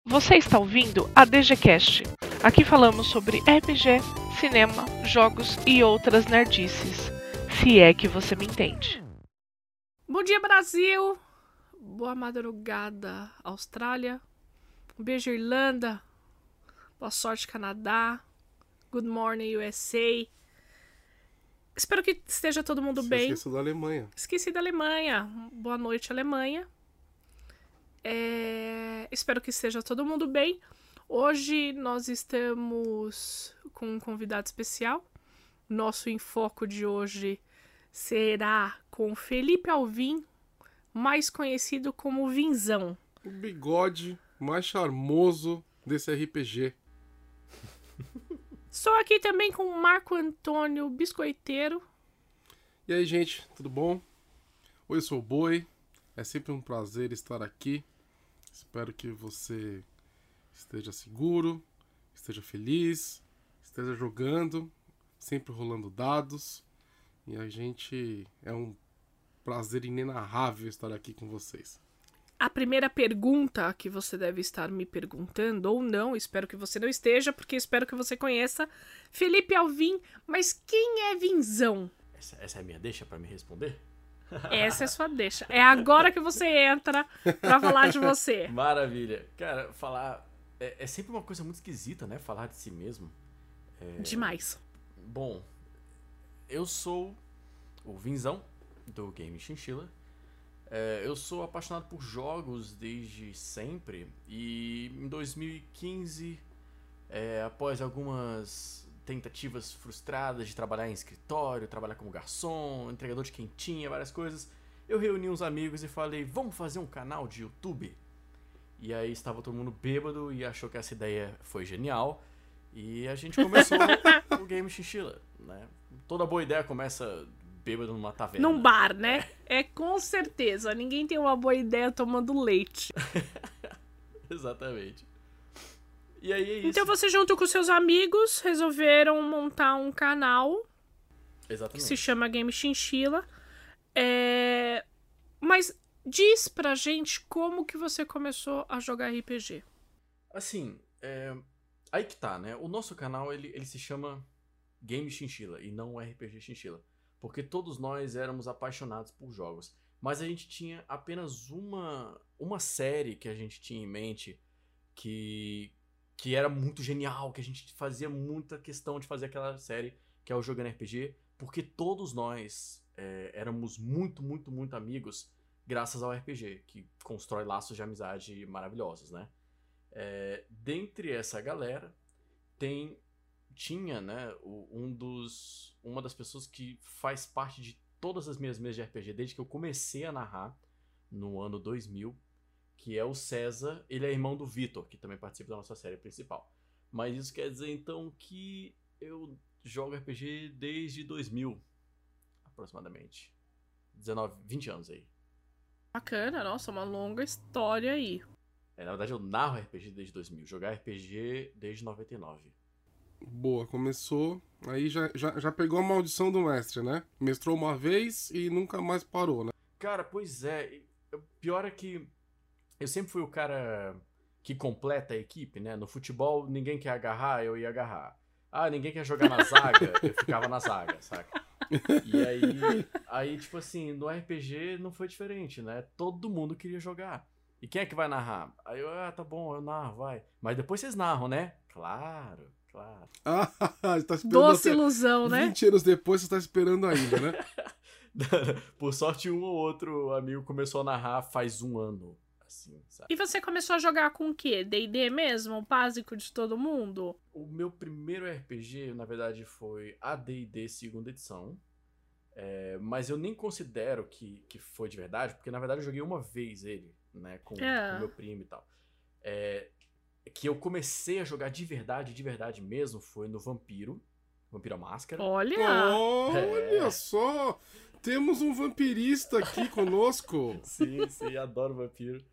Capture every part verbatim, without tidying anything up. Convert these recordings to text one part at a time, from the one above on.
Você está ouvindo a DGCast. Aqui falamos sobre R P G, cinema, jogos e outras nerdices. Se é que você me entende. Bom dia, Brasil! Boa madrugada, Austrália. Um beijo, Irlanda. Boa sorte, Canadá. Good morning, U S A. Espero que esteja todo mundo Você bem. esqueceu da Alemanha. Esqueci da Alemanha. Boa noite, Alemanha. É... Espero que esteja todo mundo bem. Hoje nós estamos com um convidado especial. Nosso enfoque de hoje será com Felipe Alvim, mais conhecido como Vinzão. O bigode mais charmoso desse R P G. Estou aqui também com o Marco Antônio Biscoiteiro. E aí, gente, tudo bom? Oi, eu sou o Boi. É sempre um prazer estar aqui. Espero que você esteja seguro, esteja feliz, esteja jogando, sempre rolando dados. E a gente... é um prazer inenarrável estar aqui com vocês. A primeira pergunta que você deve estar me perguntando, ou não, espero que você não esteja, porque espero que você conheça Felipe Alvim. Mas quem é Vinzão? Essa, essa é a minha deixa pra me responder? Essa é a sua deixa. É agora que você entra pra falar de você. Maravilha. Cara, falar... É, é sempre uma coisa muito esquisita, né? Falar de si mesmo. É... Demais. Bom, eu sou o Vinzão do Game Chinchilla. É, eu sou apaixonado por jogos desde sempre. E em dois mil e quinze, é, após algumas tentativas frustradas de trabalhar em escritório, trabalhar como garçom, entregador de quentinha, várias coisas, eu reuni uns amigos e falei, vamos fazer um canal de YouTube? E aí estava todo mundo bêbado e achou que essa ideia foi genial. E a gente começou o Game Chinchilla, né? Toda boa ideia começa bêbado numa taverna. Num bar, né? É, com certeza. Ninguém tem uma boa ideia tomando leite. Exatamente. E aí é isso. Então você, junto com seus amigos, resolveram montar um canal. Exatamente. Que se chama Game Chinchilla. É... Mas diz pra gente como que você começou a jogar R P G. Assim, é... aí que tá, né? O nosso canal, ele, ele se chama Game Chinchilla e não R P G Chinchilla. Porque todos nós éramos apaixonados por jogos. Mas a gente tinha apenas uma, uma série que a gente tinha em mente que... que era muito genial, que a gente fazia muita questão de fazer aquela série, que é o Jogando R P G, porque todos nós é, éramos muito, muito, muito amigos graças ao R P G, que constrói laços de amizade maravilhosos, né? É, dentre essa galera, tem, tinha, né, um dos, uma das pessoas que faz parte de todas as minhas mesas de R P G, desde que eu comecei a narrar, no ano dois mil, que é o César. Ele é irmão do Vitor, que também participa da nossa série principal. Mas isso quer dizer, então, que eu jogo R P G desde dois mil, aproximadamente. dezenove, vinte anos aí. Bacana, nossa, uma longa história aí. É, na verdade, eu narro R P G desde dois mil, jogar R P G desde noventa e nove. Boa, começou, aí já, já, já pegou a maldição do mestre, né? Mestrou uma vez e nunca mais parou, né? Cara, pois é. O pior é que eu sempre fui o cara que completa a equipe, né? No futebol, ninguém quer agarrar, eu ia agarrar. Ah, ninguém quer jogar na zaga, eu ficava na zaga, saca? E aí, aí, tipo assim, no R P G não foi diferente, né? Todo mundo queria jogar. E quem é que vai narrar? Aí eu, ah, tá bom, eu narro, vai. Mas depois vocês narram, né? Claro, claro. Ah, você tá esperando Doce até ilusão, né? vinte anos depois você tá esperando ainda, né? Por sorte, um ou outro amigo começou a narrar faz um ano. Assim, sabe? E você começou a jogar com o quê? D e D mesmo? O básico de todo mundo? O meu primeiro R P G, na verdade, foi A D e D segunda edição. É, mas eu nem considero que, que foi de verdade, porque na verdade eu joguei uma vez ele, né? Com o É. meu primo e tal. É, que eu comecei a jogar de verdade, de verdade mesmo, foi no Vampiro. Vampiro à Máscara. Olha! Olha É. só! Temos um vampirista aqui conosco. Sim, sim, adoro vampiro.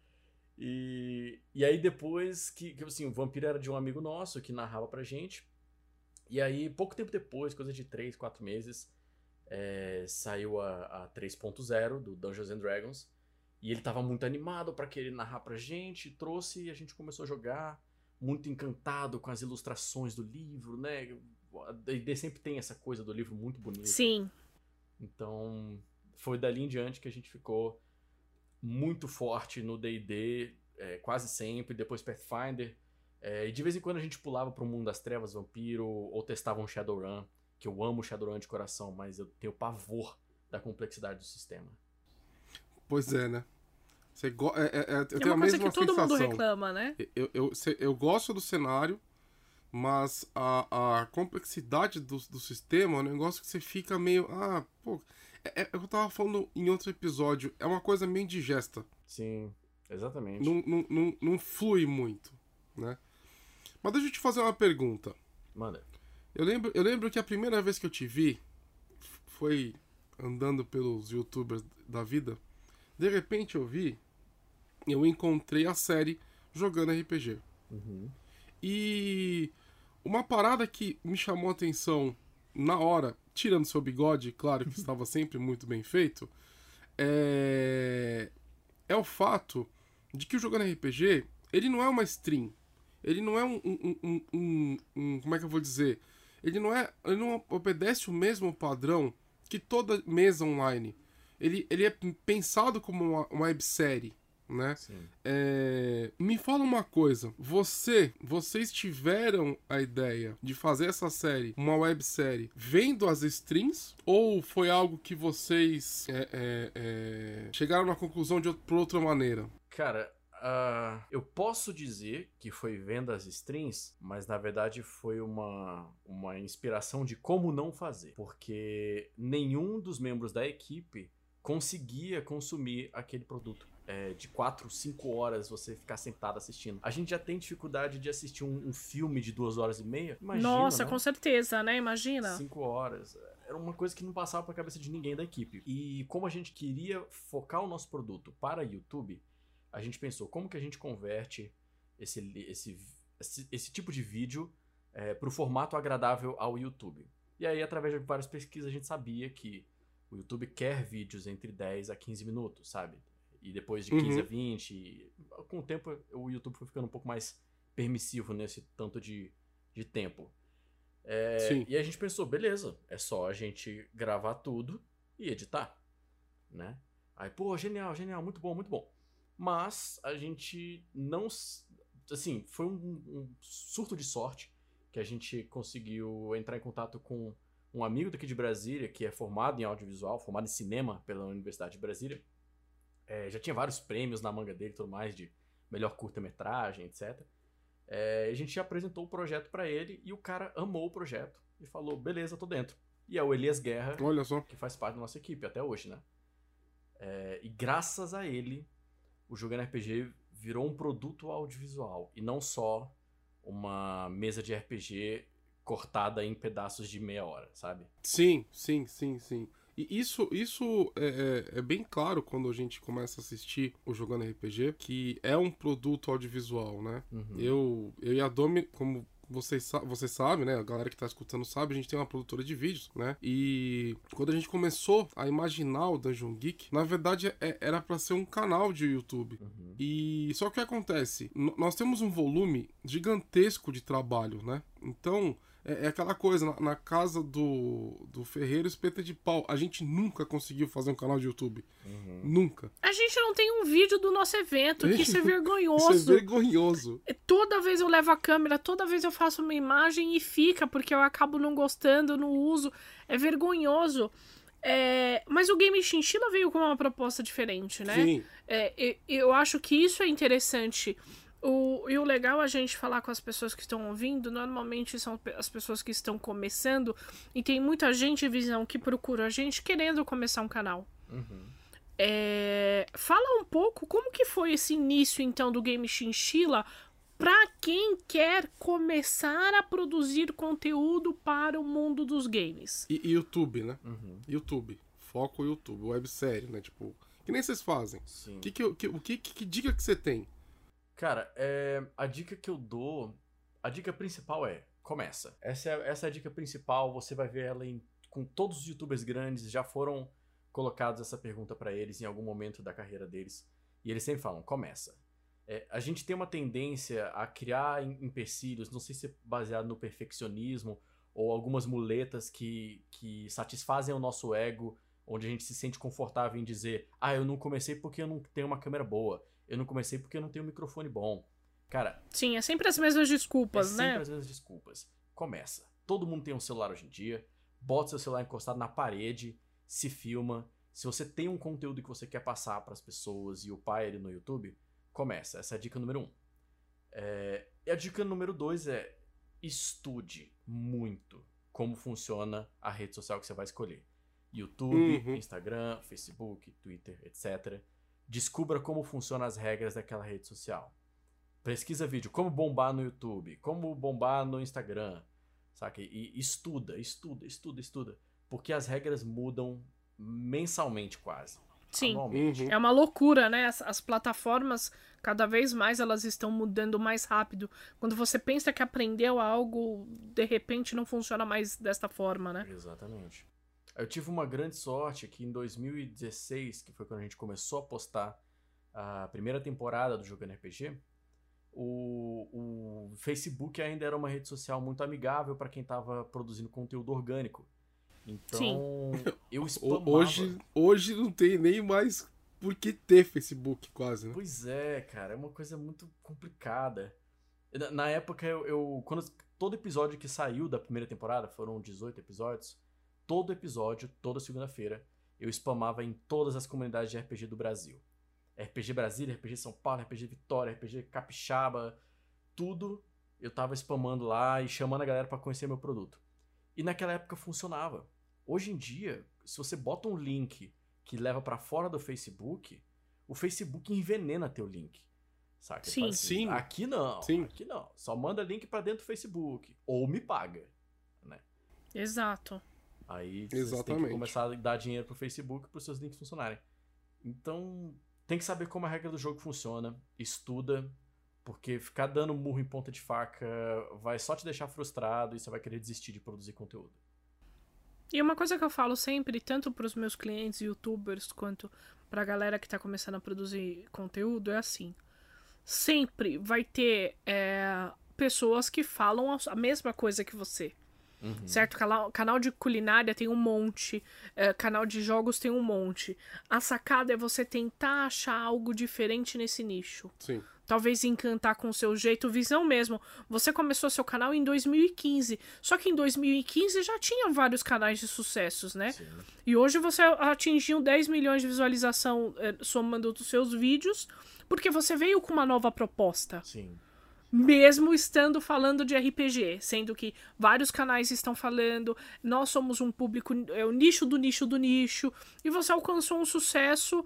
E, e aí depois que, que, assim, o Vampiro era de um amigo nosso que narrava pra gente. E aí, pouco tempo depois, coisa de três, quatro meses, é, saiu a, a três ponto zero do Dungeons and Dragons. E ele tava muito animado pra querer narrar pra gente, trouxe e a gente começou a jogar, muito encantado com as ilustrações do livro, né? A D e D sempre tem essa coisa do livro muito bonito. Sim. Então, foi dali em diante que a gente ficou muito forte no D e D, é, quase sempre, depois Pathfinder. É, e de vez em quando a gente pulava pro mundo das trevas, vampiro, ou testava um Shadowrun, que eu amo Shadowrun de coração, mas eu tenho pavor da complexidade do sistema. Pois é, né? Você go... é, é, é, eu É tenho a uma coisa mesma que todo sensação. mundo reclama, né? Eu, eu, eu, eu gosto do cenário, mas a, a complexidade do, do sistema é um negócio que você fica meio... Ah, pô... É, é, eu tava falando em outro episódio, é uma coisa meio indigesta. Sim, exatamente. Não, não, não, não flui muito, né? Mas deixa eu te fazer uma pergunta. Manda. Eu lembro, eu lembro que a primeira vez que eu te vi foi andando pelos youtubers da vida. De repente eu vi, eu encontrei a série jogando R P G. Uhum. E uma parada que me chamou a atenção na hora, tirando seu bigode, claro que estava sempre muito bem feito, é... é o fato de que o jogando R P G, ele não é uma stream. Ele não é um, um, um, um, um... Como é que eu vou dizer? Ele não, é, ele não obedece o mesmo padrão que toda mesa online. Ele, ele é pensado como uma, uma websérie, né? É, me fala uma coisa. Você, vocês tiveram a ideia de fazer essa série, uma websérie, vendo as streams? Ou foi algo que vocês é, é, é, chegaram na conclusão de por outra maneira? Cara, uh, eu posso dizer que foi vendo as streams, mas na verdade foi uma, uma inspiração de como não fazer. Porque nenhum dos membros da equipe conseguia consumir aquele produto. É, de quatro, cinco horas você ficar sentado assistindo. A gente já tem dificuldade de assistir um, um filme de duas horas e meia. Imagina, Nossa, né? com certeza, né? Imagina. Cinco horas. Era uma coisa que não passava pra cabeça de ninguém da equipe. E como a gente queria focar o nosso produto para YouTube, a gente pensou, como que a gente converte esse, esse, esse, esse tipo de vídeo é, pro formato agradável ao YouTube? E aí, através de várias pesquisas, a gente sabia que o YouTube quer vídeos entre dez a quinze minutos, sabe? E depois de quinze uhum. a vinte, com o tempo o YouTube foi ficando um pouco mais permissivo nesse tanto de, de tempo. É, e a gente pensou, beleza, é só a gente gravar tudo e editar, né? Aí, pô, genial, genial, muito bom, muito bom. Mas a gente não... Assim, foi um, um surto de sorte que a gente conseguiu entrar em contato com um amigo daqui de Brasília, que é formado em audiovisual, formado em cinema pela Universidade de Brasília. É, já tinha vários prêmios na manga dele e tudo mais, de melhor curta-metragem, etcétera. É, a gente já apresentou o projeto pra ele e o cara amou o projeto e falou, beleza, tô dentro. E é o Elias Guerra, olha só, que faz parte da nossa equipe até hoje, né? É, e graças a ele, o Jogando R P G virou um produto audiovisual e não só uma mesa de R P G cortada em pedaços de meia hora, sabe? Sim, sim, sim, sim. E isso, isso é, é, é bem claro quando a gente começa a assistir o Jogando R P G, que é um produto audiovisual, né? Uhum. Eu, eu e a Domi, como vocês, vocês sabem, né? A galera que tá escutando sabe, a gente tem uma produtora de vídeos, né? E quando a gente começou a imaginar o Dungeon Geek, na verdade é, era pra ser um canal de YouTube. Uhum. E só que o que acontece? N- nós temos um volume gigantesco de trabalho, né? Então... É, é aquela coisa, na, na casa do, do ferreiro espeta de pau. A gente nunca conseguiu fazer um canal de YouTube. Uhum. Nunca. A gente não tem um vídeo do nosso evento, que isso é vergonhoso. Isso é vergonhoso. Toda vez eu levo a câmera, toda vez eu faço uma imagem e fica, porque eu acabo não gostando, não uso. É vergonhoso. É... Mas o Game Chinchilla veio com uma proposta diferente, né? Sim. É, eu, eu acho que isso é interessante. O, e o legal é a gente falar com as pessoas que estão ouvindo, normalmente são as pessoas que estão começando, e tem muita gente, Visão, que procura a gente querendo começar um canal. Uhum. É, fala um pouco como que foi esse início, então, do Game Chinchilla para quem quer começar a produzir conteúdo para o mundo dos games. E, e YouTube, né? Uhum. YouTube. Foco YouTube, websérie, né? Tipo, que nem vocês fazem. Sim. Que que, que, que, que, que dica que você tem? Cara, é, a dica que eu dou, a dica principal é, começa. Essa é, essa é a dica principal, você vai ver ela em, com todos os youtubers grandes, já foram colocado essa pergunta pra eles em algum momento da carreira deles. E eles sempre falam, começa. É, a gente tem uma tendência a criar em- empecilhos, não sei se é baseado no perfeccionismo ou algumas muletas que, que satisfazem o nosso ego, onde a gente se sente confortável em dizer, ah, eu não comecei porque eu não tenho uma câmera boa, eu não comecei porque eu não tenho um microfone bom. Cara, Sim, é sempre as mesmas é desculpas, sempre né? as mesmas desculpas. Começa. Todo mundo tem um celular hoje em dia, bota seu celular encostado na parede, se filma. Se você tem um conteúdo que você quer passar para as pessoas e upar ele no YouTube, começa. Essa é a dica número um. É, e a dica número dois é estude muito como funciona a rede social que você vai escolher. YouTube, Uhum. Instagram, Facebook, Twitter, etcétera. Descubra como funcionam as regras daquela rede social. Pesquisa vídeo, como bombar no YouTube, como bombar no Instagram, saca? E estuda, estuda, estuda, estuda. Porque as regras mudam mensalmente quase. Sim. Anualmente. Uhum. É uma loucura, né? As, as plataformas, cada vez mais, elas estão mudando mais rápido. Quando você pensa que aprendeu algo, de repente não funciona mais desta forma, né? Exatamente. Eu tive uma grande sorte que em dois mil e dezesseis, que foi quando a gente começou a postar a primeira temporada do Jogando R P G, o, o Facebook ainda era uma rede social muito amigável para quem estava produzindo conteúdo orgânico. Então, eu Ho- spamava. Hoje, hoje não tem nem mais por que ter Facebook, quase, né? Pois é, cara, é uma coisa muito complicada. Na, na época, eu, eu- quando todo episódio que saiu da primeira temporada, foram dezoito episódios, todo episódio, toda segunda-feira, eu spamava em todas as comunidades de R P G do Brasil. R P G Brasília, R P G São Paulo, R P G Vitória, R P G Capixaba, tudo eu tava spamando lá e chamando a galera pra conhecer meu produto. E naquela época funcionava. Hoje em dia, se você bota um link que leva pra fora do Facebook, o Facebook envenena teu link. Saca? Ele Sim. fala assim, Sim. aqui não, Sim. aqui não. Só manda link pra dentro do Facebook. Ou me paga. Né? Exato. Aí você tem que Exatamente. começar a dar dinheiro pro Facebook para os seus links funcionarem. Então, tem que saber como a regra do jogo funciona, estuda, porque ficar dando murro em ponta de faca vai só te deixar frustrado e você vai querer desistir de produzir conteúdo. E uma coisa que eu falo sempre, tanto para os meus clientes youtubers quanto pra galera que tá começando a produzir conteúdo, é assim. Sempre vai ter é, pessoas que falam a mesma coisa que você. Uhum. Certo? Canal, canal de culinária tem um monte, é, canal de jogos tem um monte. A sacada é você tentar achar algo diferente nesse nicho. Sim. Talvez encantar com o seu jeito, visão mesmo. Você começou seu canal em dois mil e quinze, só que em dois mil e quinze já tinha vários canais de sucessos, né? Sim. E hoje você atingiu dez milhões de visualização é, somando os seus vídeos, porque você veio com uma nova proposta. Sim. Mesmo estando falando de R P G, sendo que vários canais estão falando, nós somos um público, é o nicho do nicho do nicho, e você alcançou um sucesso,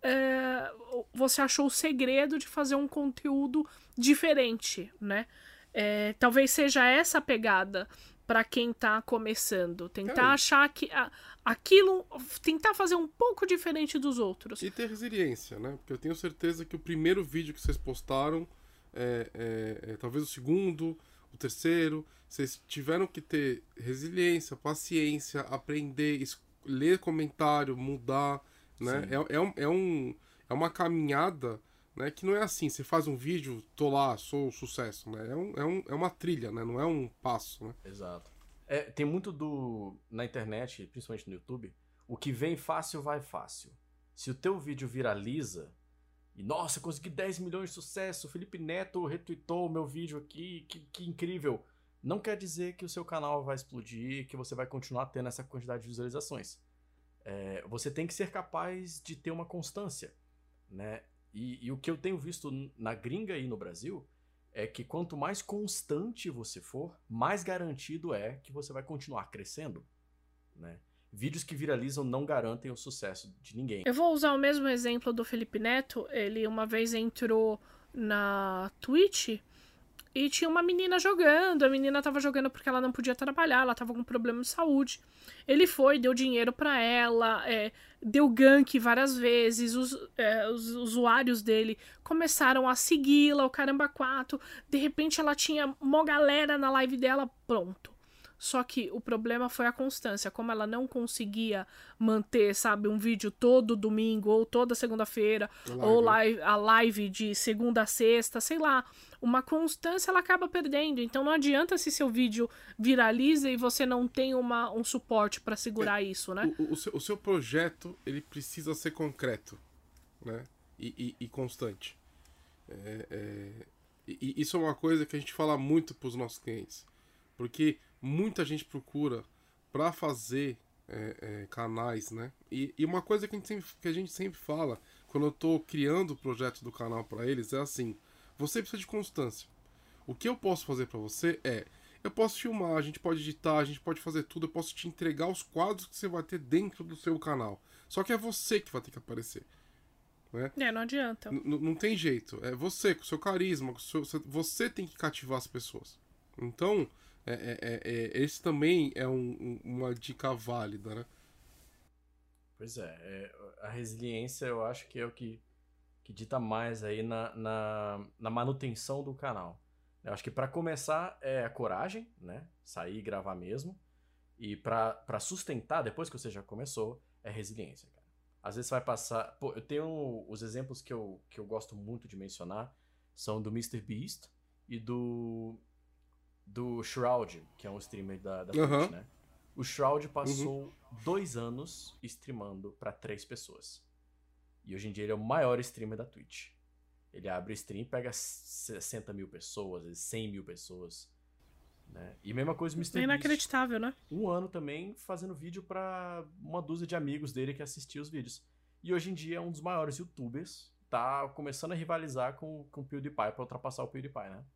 é, você achou o segredo de fazer um conteúdo diferente, né? É, talvez seja essa a pegada para quem tá começando, tentar É. achar que a, aquilo, tentar fazer um pouco diferente dos outros. E ter resiliência, né? Porque eu tenho certeza que o primeiro vídeo que vocês postaram, é, é, é, talvez o segundo, o terceiro, vocês tiveram que ter resiliência, paciência, aprender, es- ler comentário, mudar, né? Sim. É, é, um, é, um, é uma caminhada, né? Que não é assim, você faz um vídeo, tô lá, sou um sucesso, né? É, um, é, um, é uma trilha, né? Não é um passo, né? Exato. É, tem muito do... Na internet, principalmente no YouTube, o que vem fácil vai fácil. Se o teu vídeo viraliza e, nossa, consegui dez milhões de sucesso, o Felipe Neto retweetou o meu vídeo aqui, que, que incrível. Não quer dizer que o seu canal vai explodir, que você vai continuar tendo essa quantidade de visualizações. É, você tem que ser capaz de ter uma constância, né? E, e o que eu tenho visto na gringa e no Brasil é que quanto mais constante você for, mais garantido é que você vai continuar crescendo, né? Vídeos que viralizam não garantem o sucesso de ninguém. Eu vou usar o mesmo exemplo do Felipe Neto. Ele uma vez entrou na Twitch e tinha uma menina jogando. A menina tava jogando porque ela não podia trabalhar, ela tava com problema de saúde. Ele foi, deu dinheiro pra ela, é, deu gank várias vezes. Os, é, os usuários dele começaram a segui-la, o caramba quatro. De repente ela tinha uma galera na live dela, pronto. Só que o problema foi a constância. Como ela não conseguia manter, sabe, um vídeo todo domingo ou toda segunda-feira, ou live, a live de segunda a sexta, sei lá, uma constância ela acaba perdendo. Então não adianta se seu vídeo viraliza e você não tem uma, um suporte para segurar é, isso, né? O, o, seu, o seu projeto, ele precisa ser concreto, né? E, e, e constante. É, é, e isso é uma coisa que a gente fala muito para os nossos clientes. Porque muita gente procura para fazer é, é, canais, né? E, e uma coisa que a, gente sempre, que a gente sempre fala quando eu tô criando o projeto do canal para eles é assim: você precisa de constância. O que eu posso fazer para você é, eu posso filmar, a gente pode editar, a gente pode fazer tudo, eu posso te entregar os quadros que você vai ter dentro do seu canal. Só que é você que vai ter que aparecer. Né? É, não adianta. N- não tem jeito. É você, com o seu carisma, com o seu, você tem que cativar as pessoas. Então, é, é, é, esse também é um, um, uma dica válida, né? Pois é, é, a resiliência eu acho que é o que, que dita mais aí na, na, na manutenção do canal. Eu acho que para começar é a coragem, né? Sair e gravar mesmo. E para sustentar, depois que você já começou, é resiliência, cara. Às vezes você vai passar... Pô, eu tenho os exemplos que eu, que eu gosto muito de mencionar, são do MrBeast e do... do Shroud, que é um streamer da, da Uhum. Twitch, né? O Shroud passou Uhum. dois anos streamando para três pessoas. E hoje em dia ele é o maior streamer da Twitch. Ele abre stream e pega sessenta mil pessoas, cem mil pessoas. Né? E mesma coisa o MrBeast. É inacreditável, né? Um ano também fazendo vídeo para uma dúzia de amigos dele que assistia os vídeos. E hoje em dia é um dos maiores youtubers. Tá começando a rivalizar com, com o PewDiePie para ultrapassar o PewDiePie, né?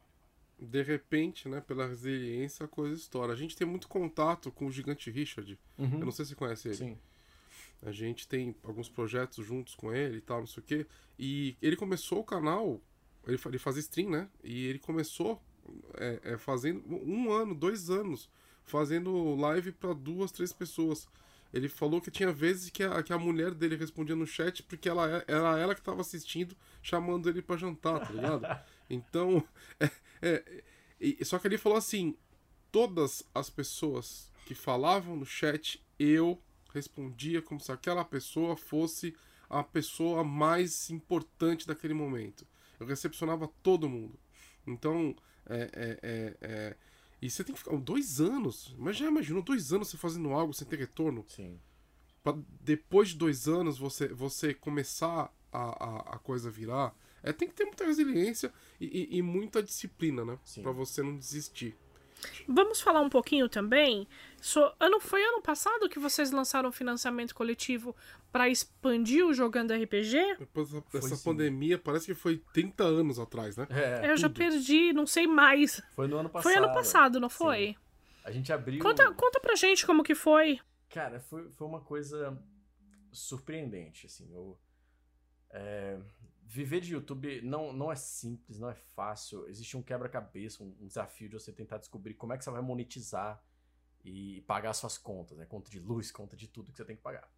De repente, né, pela resiliência, a coisa estoura. A gente tem muito contato com o Gigante Richard. Uhum. Eu não sei se você conhece ele. Sim. A gente tem alguns projetos juntos com ele e tal, não sei o quê. E ele começou o canal, ele, ele fazia stream, né? E ele começou é, é, fazendo um ano, dois anos, fazendo live para duas, três pessoas. Ele falou que tinha vezes que a, que a mulher dele respondia no chat porque ela era ela que tava assistindo, chamando ele para jantar, tá ligado? Então, é, é, é, só que ele falou assim: todas as pessoas que falavam no chat, eu respondia como se aquela pessoa fosse a pessoa mais importante daquele momento. Eu recepcionava todo mundo. Então, é, é, é, é... e você tem que ficar dois anos. Mas já imaginou dois anos você fazendo algo sem ter retorno? Sim. Pra depois de dois anos você, você começar a, a, a coisa virar. É, tem que ter muita resiliência e, e, e muita disciplina, né? Sim. Pra você não desistir. Vamos falar um pouquinho também. So, ano, foi ano passado que vocês lançaram um financiamento coletivo para expandir o Jogando R P G? Depois dessa Foi, sim. pandemia, parece que foi trinta anos atrás, né? É, Eu já tudo. perdi, não sei mais. foi no ano passado. Foi ano passado, não Sim. foi? A gente abriu... Conta, conta pra gente como que foi. Cara, foi, foi uma coisa surpreendente, assim. Eu, é, viver de YouTube não, não é simples, não é fácil. Existe um quebra-cabeça, um, um desafio de você tentar descobrir como é que você vai monetizar e pagar suas contas, né? Conta de luz, conta de tudo que você tem que pagar.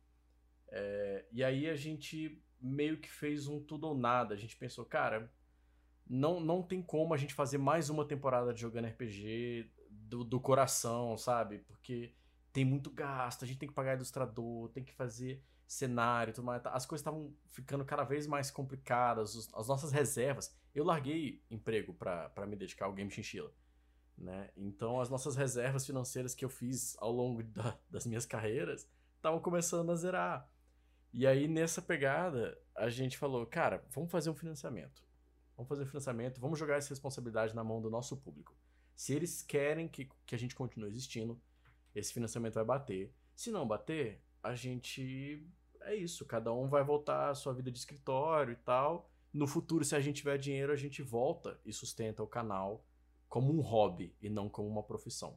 É, e aí a gente meio que fez um tudo ou nada. A gente pensou, cara, não, não tem como a gente fazer mais uma temporada de Jogando R P G do, do coração, sabe? Porque tem muito gasto, a gente tem que pagar ilustrador, tem que fazer cenário, tudo mais. As coisas estavam ficando cada vez mais complicadas, os, as nossas reservas. Eu larguei emprego pra, pra me dedicar ao Game Chinchilla, né? Então as nossas reservas financeiras que eu fiz ao longo da, das minhas carreiras estavam começando a zerar. E aí nessa pegada a gente falou, cara, vamos fazer um financiamento. Vamos fazer um financiamento, vamos jogar essa responsabilidade na mão do nosso público. Se eles querem que, que a gente continue existindo, esse financiamento vai bater. Se não bater, a gente... É isso, cada um vai voltar à sua vida de escritório e tal. No futuro, se a gente tiver dinheiro, a gente volta e sustenta o canal como um hobby e não como uma profissão.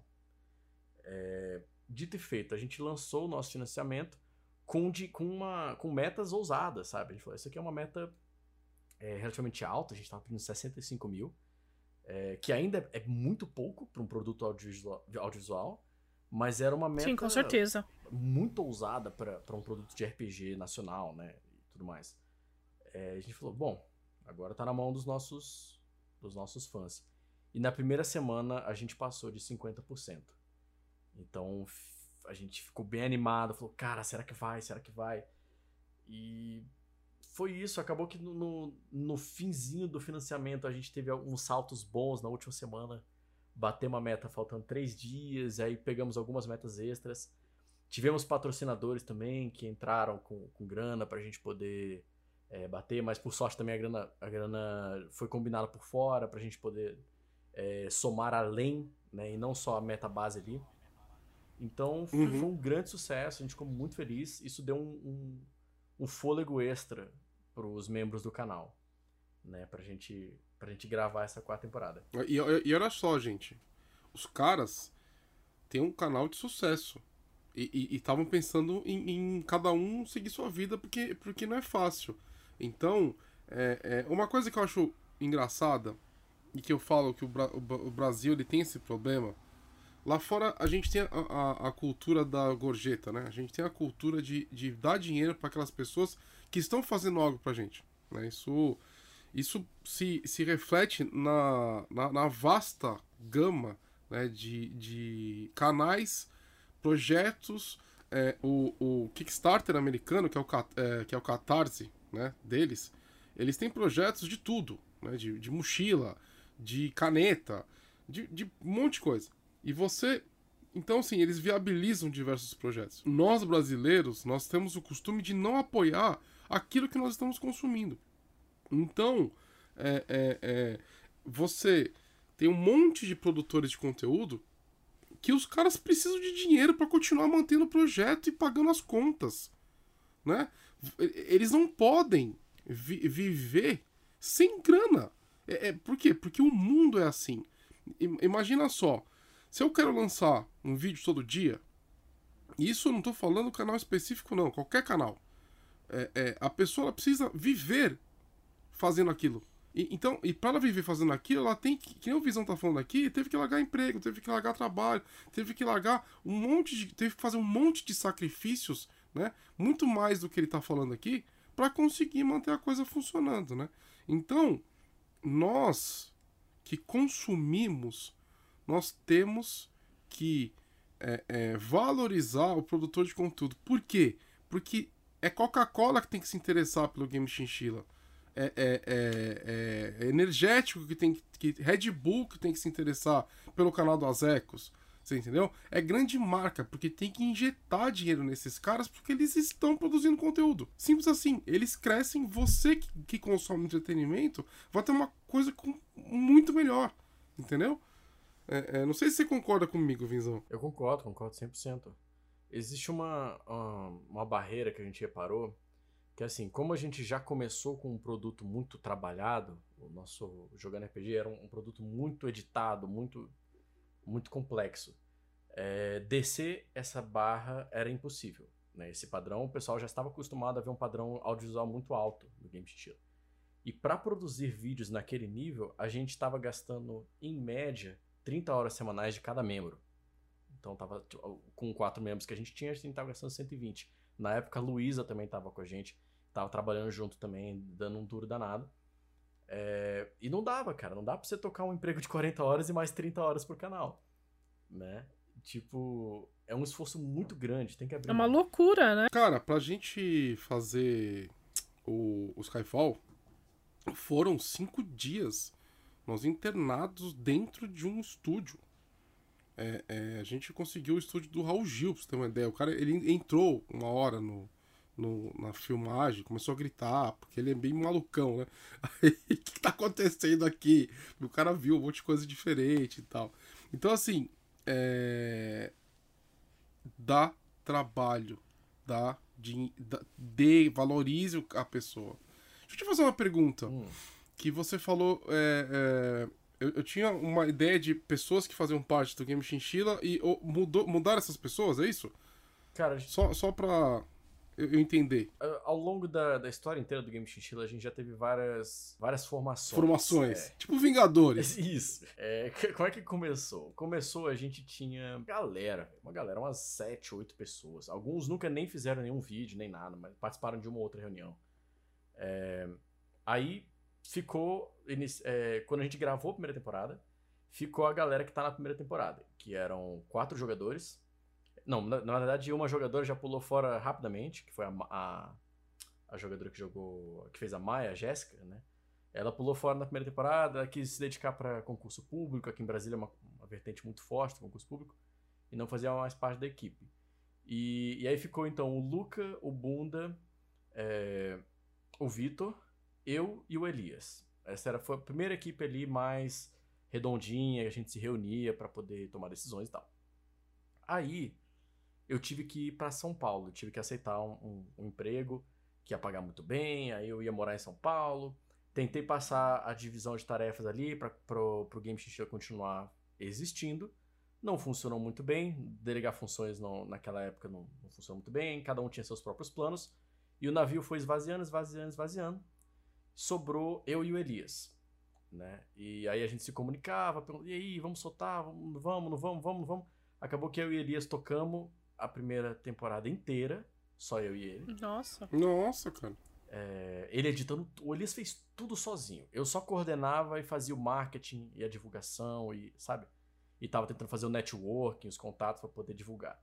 É... Dito e feito, a gente lançou o nosso financiamento com, de, com, uma, com metas ousadas, sabe? A gente falou, isso aqui é uma meta é, relativamente alta, a gente estava pedindo sessenta e cinco mil, é, que ainda é muito pouco para um produto audiovisual, audiovisual, mas era uma meta... Sim, com certeza. Muito ousada para um produto de R P G nacional, né? E tudo mais. É, a gente falou, bom, agora tá na mão dos nossos, dos nossos fãs. E na primeira semana a gente passou de cinquenta por cento. Então a gente ficou bem animado, falou, cara, será que vai? Será que vai? E foi isso, acabou que no, no, no finzinho do financiamento a gente teve alguns saltos bons na última semana. Batemos uma meta faltando três dias, aí pegamos algumas metas extras. Tivemos patrocinadores também que entraram com, com grana pra gente poder é, bater, mas por sorte também a grana, a grana foi combinada por fora pra gente poder é, somar além, né, e não só a meta base ali. Então foi, Uhum. foi um grande sucesso, a gente ficou muito feliz. Isso deu um, um, um fôlego extra pros membros do canal, né, pra gente, pra gente gravar essa quarta temporada. E, e, e olha só, gente. Os caras têm um canal de sucesso. E estavam pensando em, em cada um seguir sua vida, porque, porque não é fácil. Então, é, é, uma coisa que eu acho engraçada, e que eu falo que o, Bra o Brasil ele tem esse problema. Lá fora a gente tem a, a, a cultura da gorjeta, né? A gente tem a cultura de, de dar dinheiro para aquelas pessoas que estão fazendo algo pra gente, né? Isso, isso se, se reflete na, na, na vasta gama, né, de, de canais, projetos, é, o, o Kickstarter americano, que é o, é, que é o Catarse, né, deles, eles têm projetos de tudo, né, de, de mochila, de caneta, de, de um monte de coisa. E você... Então, assim, eles viabilizam diversos projetos. Nós, brasileiros, nós temos o costume de não apoiar aquilo que nós estamos consumindo. Então, é, é, é, você tem um monte de produtores de conteúdo que os caras precisam de dinheiro para continuar mantendo o projeto e pagando as contas, né? Eles não podem vi viver sem grana. É, é, por quê? Porque o mundo é assim. I imagina só, se eu quero lançar um vídeo todo dia, e isso eu não estou falando canal específico não, qualquer canal, é, é, a pessoa ela precisa viver fazendo aquilo. E, então, e para ela viver fazendo aquilo, ela tem que, que nem o Visão tá falando aqui, teve que largar emprego, teve que largar trabalho, teve que largar um monte de, teve que fazer um monte de sacrifícios, né? Muito mais do que ele tá falando aqui, para conseguir manter a coisa funcionando, né? Então, nós que consumimos, nós temos que é, é, valorizar o produtor de conteúdo. Por quê? Porque é Coca-Cola que tem que se interessar pelo Game Chinchila. É, é, é, é energético que tem que, que Red Bull que tem que se interessar pelo canal do Azecos, você entendeu? É grande marca porque tem que injetar dinheiro nesses caras porque eles estão produzindo conteúdo, simples assim. Eles crescem, você que, que consome entretenimento vai ter uma coisa com, muito melhor, entendeu? É, é, não sei se você concorda comigo, Vinzão. Eu concordo, concordo cem por cento. Existe uma, uma, uma barreira que a gente reparou. Que assim, como a gente já começou com um produto muito trabalhado, o nosso Jogando R P G era um, um produto muito editado, muito, muito complexo. É, descer essa barra era impossível, né? Esse padrão, o pessoal já estava acostumado a ver um padrão audiovisual muito alto no Game Chinchilla. E para produzir vídeos naquele nível, a gente estava gastando, em média, trinta horas semanais de cada membro. Então, tava, com quatro membros que a gente tinha, a gente estava gastando cento e vinte. Na época, a Luísa também estava com a gente. Tava trabalhando junto também, dando um duro danado. É, e não dava, cara. Não dá pra você tocar um emprego de quarenta horas e mais trinta horas por canal. Né? Tipo, é um esforço muito grande. Tem que abrir. É uma loucura, né? Cara, pra gente fazer o, o Skyfall, foram cinco dias nós internados dentro de um estúdio. É, é, a gente conseguiu o estúdio do Raul Gil, pra você ter uma ideia. O cara, ele entrou uma hora no... No, na filmagem, começou a gritar, porque ele é bem malucão, né? Aí, o que tá acontecendo aqui? O cara viu um monte de coisa diferente e tal. Então, assim, é... dá trabalho, dá de, dá, de valorize a pessoa. Deixa eu te fazer uma pergunta. Hum. Que você falou, é, é... Eu, eu tinha uma ideia de pessoas que faziam parte do Game Chinchilla e ou, mudou, mudaram essas pessoas, é isso? Cara, Só, só pra... eu entender. Ao longo da, da história inteira do Game Chinchilla, a gente já teve várias, várias formações. Formações. É. Tipo Vingadores. Isso. É, como é que começou? Começou, a gente tinha galera, uma galera, umas sete, oito pessoas. Alguns nunca nem fizeram nenhum vídeo, nem nada, mas participaram de uma outra reunião. É, aí ficou, é, quando a gente gravou a primeira temporada, ficou a galera que tá na primeira temporada, que eram quatro jogadores, não, na, na verdade, uma jogadora já pulou fora rapidamente, que foi a, a, a jogadora que jogou, que fez a Maia, a Jéssica, né? Ela pulou fora na primeira temporada, quis se dedicar para concurso público, aqui em Brasília é uma, uma vertente muito forte do concurso público, e não fazia mais parte da equipe. E, e aí ficou, então, o Luca, o Bunda, é, o Vitor, eu e o Elias. Essa era, foi a primeira equipe ali mais redondinha, a gente se reunia para poder tomar decisões e tal. Aí, eu tive que ir para São Paulo, eu tive que aceitar um, um, um emprego que ia pagar muito bem, aí eu ia morar em São Paulo, tentei passar a divisão de tarefas ali para pro, pro Game Chinchilla continuar existindo, não funcionou muito bem, delegar funções não, naquela época não, não funcionou muito bem, cada um tinha seus próprios planos, e o navio foi esvaziando, esvaziando, esvaziando, sobrou eu e o Elias. Né? E aí a gente se comunicava, perguntava, e aí, vamos soltar, vamos, vamos, não vamos, vamos, vamos. Acabou que eu e Elias tocamos a primeira temporada inteira, só eu e ele. Nossa. Nossa, cara. É, ele editando, o Elias fez tudo sozinho. Eu só coordenava e fazia o marketing e a divulgação, e sabe? E tava tentando fazer o networking, os contatos para poder divulgar.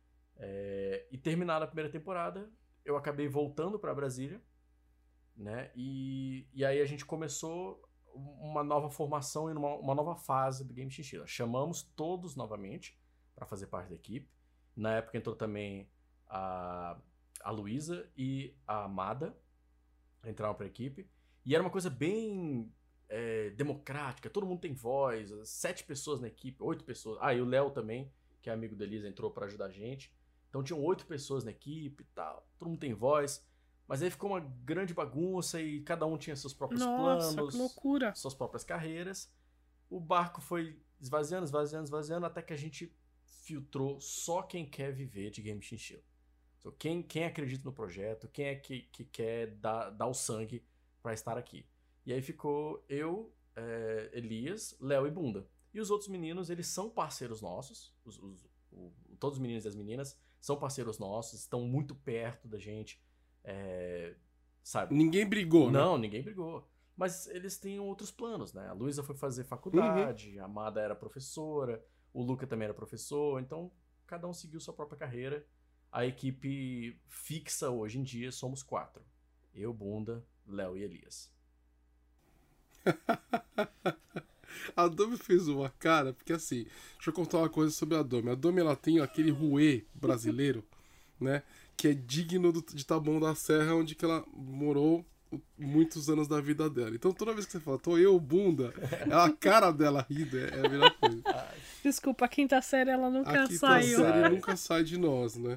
É, e terminada a primeira temporada, eu acabei voltando para Brasília, né? E, e aí a gente começou uma nova formação e uma, uma nova fase do Game Chinchilla. Chamamos todos novamente para fazer parte da equipe. Na época entrou também a, a Luísa e a Amada, entraram para a equipe. E era uma coisa bem é, democrática, todo mundo tem voz, sete pessoas na equipe, oito pessoas. Ah, e o Léo também, que é amigo da Elisa, entrou para ajudar a gente. Então tinham oito pessoas na equipe e tal, todo mundo tem voz. Mas aí ficou uma grande bagunça e cada um tinha seus próprios Nossa, planos, que loucura. suas próprias carreiras. O barco foi esvaziando, esvaziando, esvaziando, até que a gente filtrou só quem quer viver de Game Chinchilla. Então, quem, quem acredita no projeto, quem é que, que quer dar, dar o sangue para estar aqui. E aí ficou eu, é, Elias, Léo e Bunda. E os outros meninos, eles são parceiros nossos, os, os, o, todos os meninos e as meninas são parceiros nossos, estão muito perto da gente. É, sabe? Ninguém brigou, né? Não, ninguém brigou. Mas eles têm outros planos, né? A Luísa foi fazer faculdade, uhum. A Amada era professora, o Luca também era professor, então cada um seguiu sua própria carreira. A equipe fixa hoje em dia somos quatro. Eu, Bunda, Léo e Elias. A Domi fez uma cara, porque assim, deixa eu contar uma coisa sobre a Domi. A Domi, ela tem aquele ruê brasileiro, né? Que é digno do, de Taboão da Serra, onde que ela morou muitos anos da vida dela. Então toda vez que você fala, tô eu, Bunda, é a cara dela rindo, é, é a melhor coisa. Desculpa, a quinta série ela nunca a quinta saiu. série nunca sai de nós, né?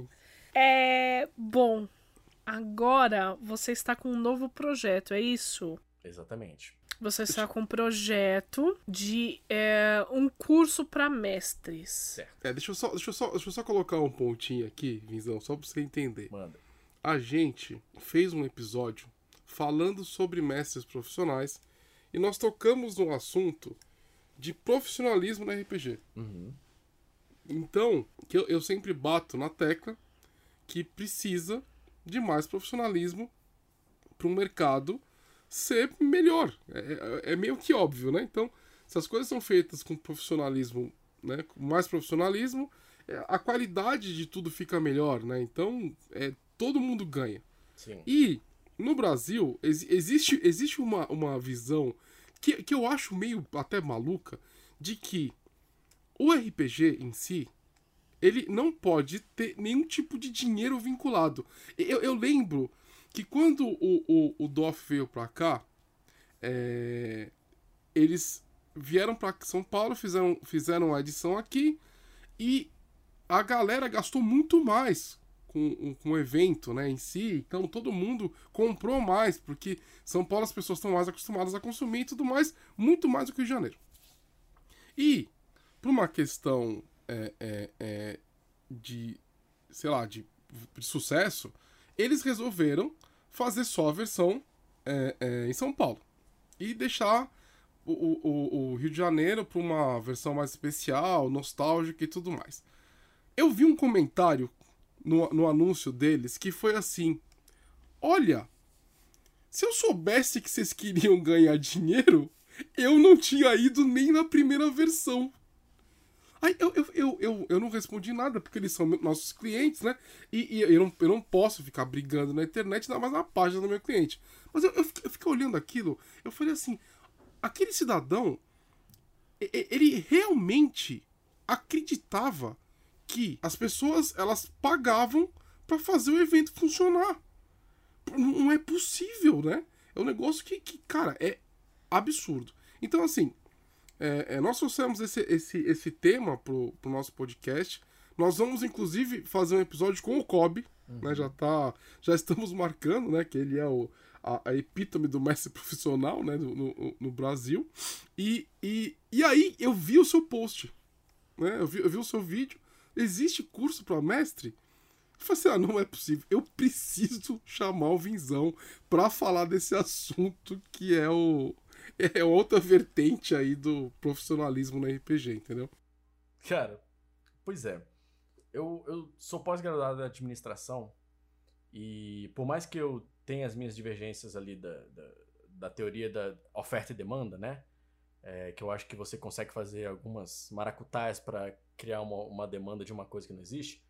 É, bom, agora você está com um novo projeto, é isso? Exatamente. Você está com um projeto de é, um curso para mestres. Certo. É, deixa eu, só, deixa, eu só, deixa eu só colocar um pontinho aqui, Vinzão, só pra você entender. Manda. A gente fez um episódio falando sobre mestres profissionais e nós tocamos no assunto de profissionalismo na R P G. Uhum. Então, que eu, eu sempre bato na tecla que precisa de mais profissionalismo para um mercado ser melhor. É, é, é meio que óbvio, né? Então, se as coisas são feitas com profissionalismo, né, com mais profissionalismo, é, a qualidade de tudo fica melhor, né? Então, é, todo mundo ganha. Sim. E, no Brasil, ex- existe, existe uma, uma visão que, que eu acho meio até maluca, de que o R P G em si, ele não pode ter nenhum tipo de dinheiro vinculado. Eu, eu lembro que quando o, o, o D O F veio pra cá, é, eles vieram pra São Paulo, fizeram, fizeram a edição aqui, e a galera gastou muito mais com, com o evento, né, em si. Então todo mundo comprou mais, porque São Paulo as pessoas estão mais acostumadas a consumir e tudo mais, muito mais do que o Rio de Janeiro. E, por uma questão é, é, é, de, sei lá, de, de sucesso, eles resolveram fazer só a versão é, é, em São Paulo e deixar o, o, o Rio de Janeiro para uma versão mais especial, nostálgica e tudo mais. Eu vi um comentário no, no anúncio deles que foi assim: olha, se eu soubesse que vocês queriam ganhar dinheiro, eu não tinha ido nem na primeira versão. Aí eu, eu, eu, eu, eu não respondi nada, porque eles são nossos clientes, né? E, e eu, não, eu não posso ficar brigando na internet, ainda mais na página do meu cliente. Mas eu, eu, fiquei, eu fiquei olhando aquilo, eu falei assim, aquele cidadão, ele realmente acreditava que as pessoas, elas pagavam pra fazer o evento funcionar. Não é possível, né? É um negócio que, que cara, é absurdo. Então, assim, é, é, nós trouxemos esse, esse, esse tema pro, pro nosso podcast. Nós vamos, inclusive, fazer um episódio com o Kobe, uhum. né? Já, tá, já estamos marcando, né? Que ele é o, a, a epítome do mestre profissional, né? No, no, no Brasil. E, e, e aí, eu vi o seu post, né? Eu vi, eu vi o seu vídeo. Existe curso para mestre? Eu falei assim, ah, não é possível. Eu preciso chamar o Vinzão pra falar desse assunto que é o... É outra vertente aí do profissionalismo no R P G, entendeu? Cara, pois é. Eu, eu sou pós-graduado em administração e por mais que eu tenha as minhas divergências ali da, da, da teoria da oferta e demanda, né? É, que eu acho que você consegue fazer algumas maracutaias para criar uma, uma demanda de uma coisa que não existe.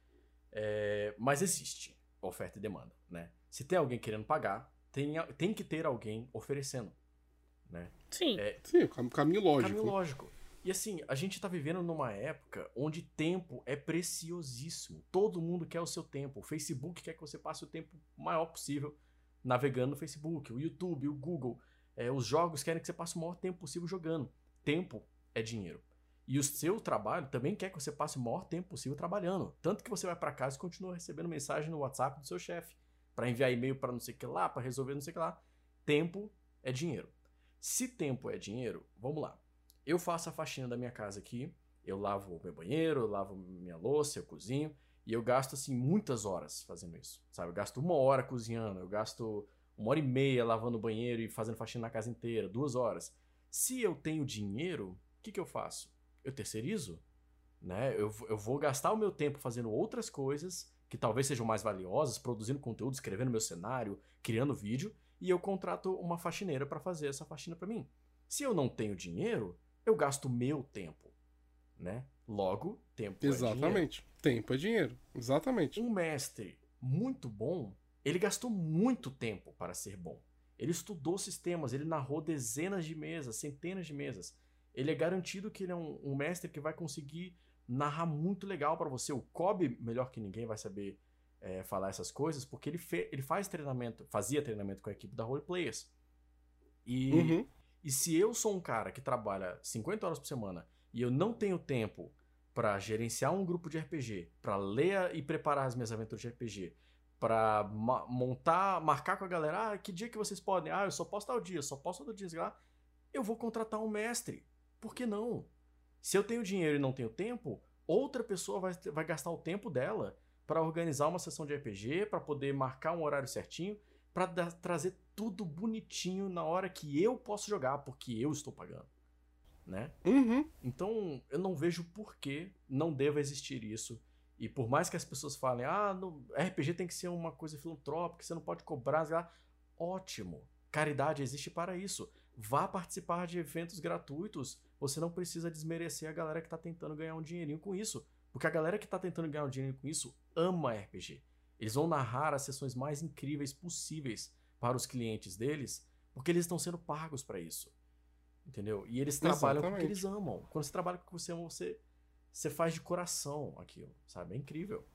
É, mas existe oferta e demanda, né? Se tem alguém querendo pagar, tem, tem que ter alguém oferecendo. Né? Sim. É, Sim, o caminho lógico. Caminho lógico. E assim, a gente tá vivendo numa época onde tempo é preciosíssimo. Todo mundo quer o seu tempo. O Facebook quer que você passe o tempo maior possível navegando no Facebook. O YouTube, o Google. É, os jogos querem que você passe o maior tempo possível jogando. Tempo é dinheiro. E o seu trabalho também quer que você passe o maior tempo possível trabalhando. Tanto que você vai para casa e continua recebendo mensagem no WhatsApp do seu chefe. Para enviar e-mail para não sei o que lá, para resolver não sei o que lá. Tempo é dinheiro. Se tempo é dinheiro, vamos lá. Eu faço a faxina da minha casa aqui, eu lavo meu banheiro, eu lavo minha louça, eu cozinho, e eu gasto, assim, muitas horas fazendo isso, sabe? Eu gasto uma hora cozinhando, eu gasto uma hora e meia lavando o banheiro e fazendo faxina na casa inteira, duas horas. Se eu tenho dinheiro, o que, que eu faço? Eu terceirizo, né? Eu, eu vou gastar o meu tempo fazendo outras coisas que talvez sejam mais valiosas, produzindo conteúdo, escrevendo meu cenário, criando vídeo, e eu contrato uma faxineira para fazer essa faxina para mim. Se eu não tenho dinheiro, eu gasto meu tempo, né? Logo, tempo Exatamente. é dinheiro. Tempo é dinheiro. Exatamente. Um mestre muito bom, ele gastou muito tempo para ser bom. Ele estudou sistemas, ele narrou dezenas de mesas, centenas de mesas. Ele é garantido que ele é um, um mestre que vai conseguir narrar muito legal para você. O Kobe, melhor que ninguém, vai saber É, falar essas coisas, porque ele, fe ele faz treinamento, fazia treinamento com a equipe da Roleplayers. E, uhum. e se eu sou um cara que trabalha cinquenta horas por semana e eu não tenho tempo para gerenciar um grupo de R P G, para ler e preparar as minhas aventuras de R P G, para ma montar, marcar com a galera, ah, que dia que vocês podem? Ah, eu só posso tal dia, só posso todo dia, lá. Eu vou contratar um mestre. Por que não? Se eu tenho dinheiro e não tenho tempo, outra pessoa vai, vai gastar o tempo dela para organizar uma sessão de R P G, para poder marcar um horário certinho, para trazer tudo bonitinho na hora que eu posso jogar, porque eu estou pagando, né? Uhum. Então, eu não vejo por que não deva existir isso. E por mais que as pessoas falem, ah, no R P G tem que ser uma coisa filantrópica, você não pode cobrar, lá. Ótimo. Caridade existe para isso. Vá participar de eventos gratuitos. Você não precisa desmerecer a galera que está tentando ganhar um dinheirinho com isso. Porque a galera que tá tentando ganhar um dinheiro com isso ama R P G. Eles vão narrar as sessões mais incríveis possíveis para os clientes deles, porque eles estão sendo pagos para isso. Entendeu? E eles trabalham com o que eles amam. Quando você trabalha com o que você ama, você, você faz de coração aquilo, sabe? É incrível.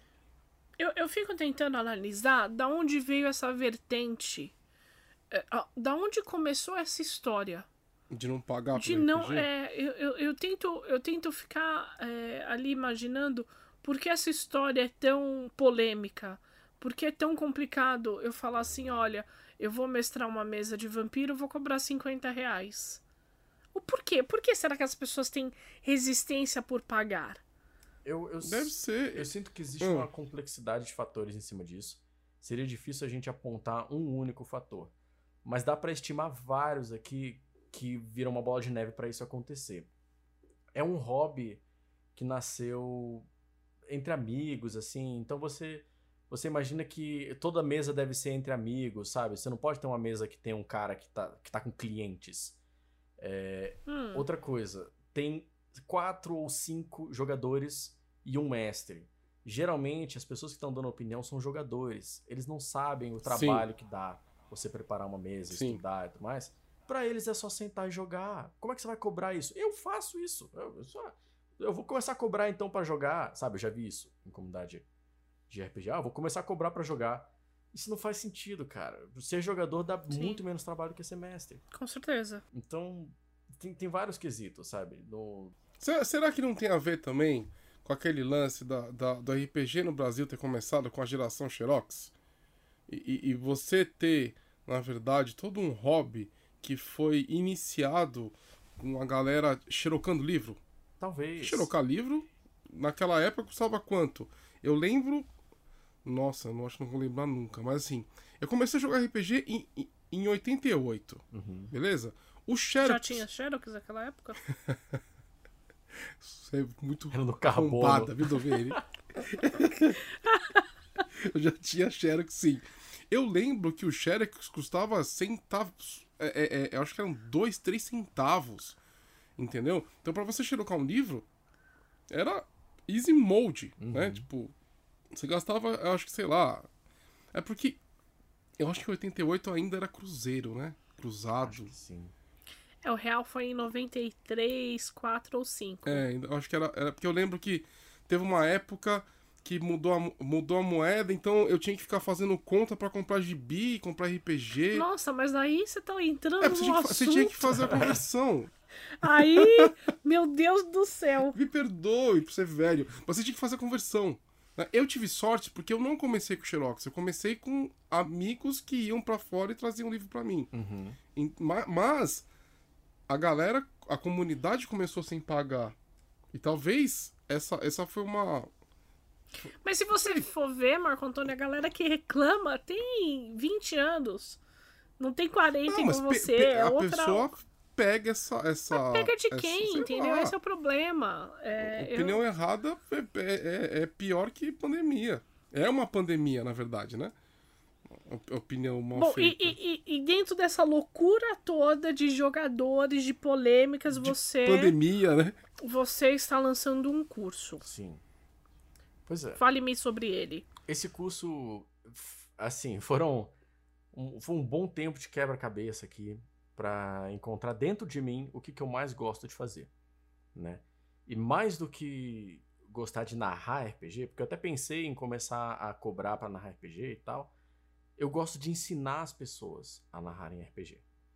Eu, eu fico tentando analisar da onde veio essa vertente. É, da onde começou essa história. De não pagar de pro não R P G? é, eu, eu, eu tento eu tento ficar é, ali imaginando por que essa história é tão polêmica, por que é tão complicado eu falar assim, olha, eu vou mestrar uma mesa de vampiro, vou cobrar cinquenta reais. O porquê? Por que será que as pessoas têm resistência por pagar? Eu, eu, Deve ser. Eu sinto que existe hum. uma complexidade de fatores em cima disso. Seria difícil a gente apontar um único fator, mas dá para estimar vários aqui que viram uma bola de neve para isso acontecer. É um hobby que nasceu entre amigos, assim, então você você imagina que toda mesa deve ser entre amigos, sabe? Você não pode ter uma mesa que tem um cara que tá, que tá com clientes. É, Hum. Outra coisa, tem quatro ou cinco jogadores e um mestre. Geralmente, as pessoas que estão dando opinião são jogadores. Eles não sabem o trabalho Sim. que dá você preparar uma mesa, Sim. estudar e tudo mais. Pra eles é só sentar e jogar. Como é que você vai cobrar isso? Eu faço isso. Eu, eu, só, eu vou começar a cobrar então pra jogar. Sabe, eu já vi isso em comunidade de R P G. Ah, eu vou começar a cobrar pra jogar. Isso não faz sentido, cara. Ser jogador dá Sim. muito menos trabalho que ser mestre. Com certeza. Então, tem, tem vários quesitos, sabe? No... Será, será que não tem a ver também com aquele lance da, da, do R P G no Brasil ter começado com a geração Xerox? E, e, e você ter, na verdade, todo um hobby que foi iniciado com a galera xerocando livro? Talvez. Xerocar livro, naquela época custava quanto? Eu lembro... Nossa, eu não acho que não vou lembrar nunca, mas assim, eu comecei a jogar R P G em, em, em oitenta e oito, uhum. beleza? O Xerox... Já tinha Xerox naquela época? Você é muito arrombada, viu, Doveri? Eu já tinha Xerox, sim. Eu lembro que o Xerox custava centavos, é, é, é, eu acho que eram dois, três centavos, entendeu? Então pra você xerocar um livro, era easy mode, uhum. né? Tipo, você gastava, eu acho que, sei lá... É porque eu acho que oitenta e oito ainda era cruzeiro, né? Cruzado. Acho que sim. É, o real foi em noventa e três, quatro ou cinco. É, eu acho que era, era... Porque eu lembro que teve uma época que mudou a, mudou a moeda, então eu tinha que ficar fazendo conta pra comprar gibi, comprar R P G. Nossa, mas aí você tá entrando é, no você tinha, que, assunto. você tinha que fazer a conversão. Aí, meu Deus do céu. Me perdoe por ser velho. Você tinha que fazer a conversão. Eu tive sorte porque eu não comecei com Xerox. Eu comecei com amigos que iam pra fora e traziam livro pra mim. Uhum. Mas a galera, a comunidade começou sem pagar. E talvez essa, essa foi uma... Mas se você for ver, Marco Antônio, a galera que reclama tem vinte anos. Não tem quarenta não, igual você. Pe, pe, é a outra... pessoa pega essa... essa mas pega de essa, quem, entendeu? Lá. Esse é o problema. É, Opinião eu... errada é, é, é pior que pandemia. É uma pandemia, na verdade, né? Opinião mal Bom, feita. E, e, e dentro dessa loucura toda de jogadores, de polêmicas, de você... pandemia, né? Você está lançando um curso. Sim. Pois é. Fale-me sobre ele. Esse curso, assim, foram um, foi um bom tempo de quebra-cabeça aqui pra encontrar dentro de mim o que, que eu mais gosto de fazer, né? E mais do que gostar de narrar R P G, porque eu até pensei em começar a cobrar pra narrar R P G e tal, eu gosto de ensinar as pessoas a narrarem R P G,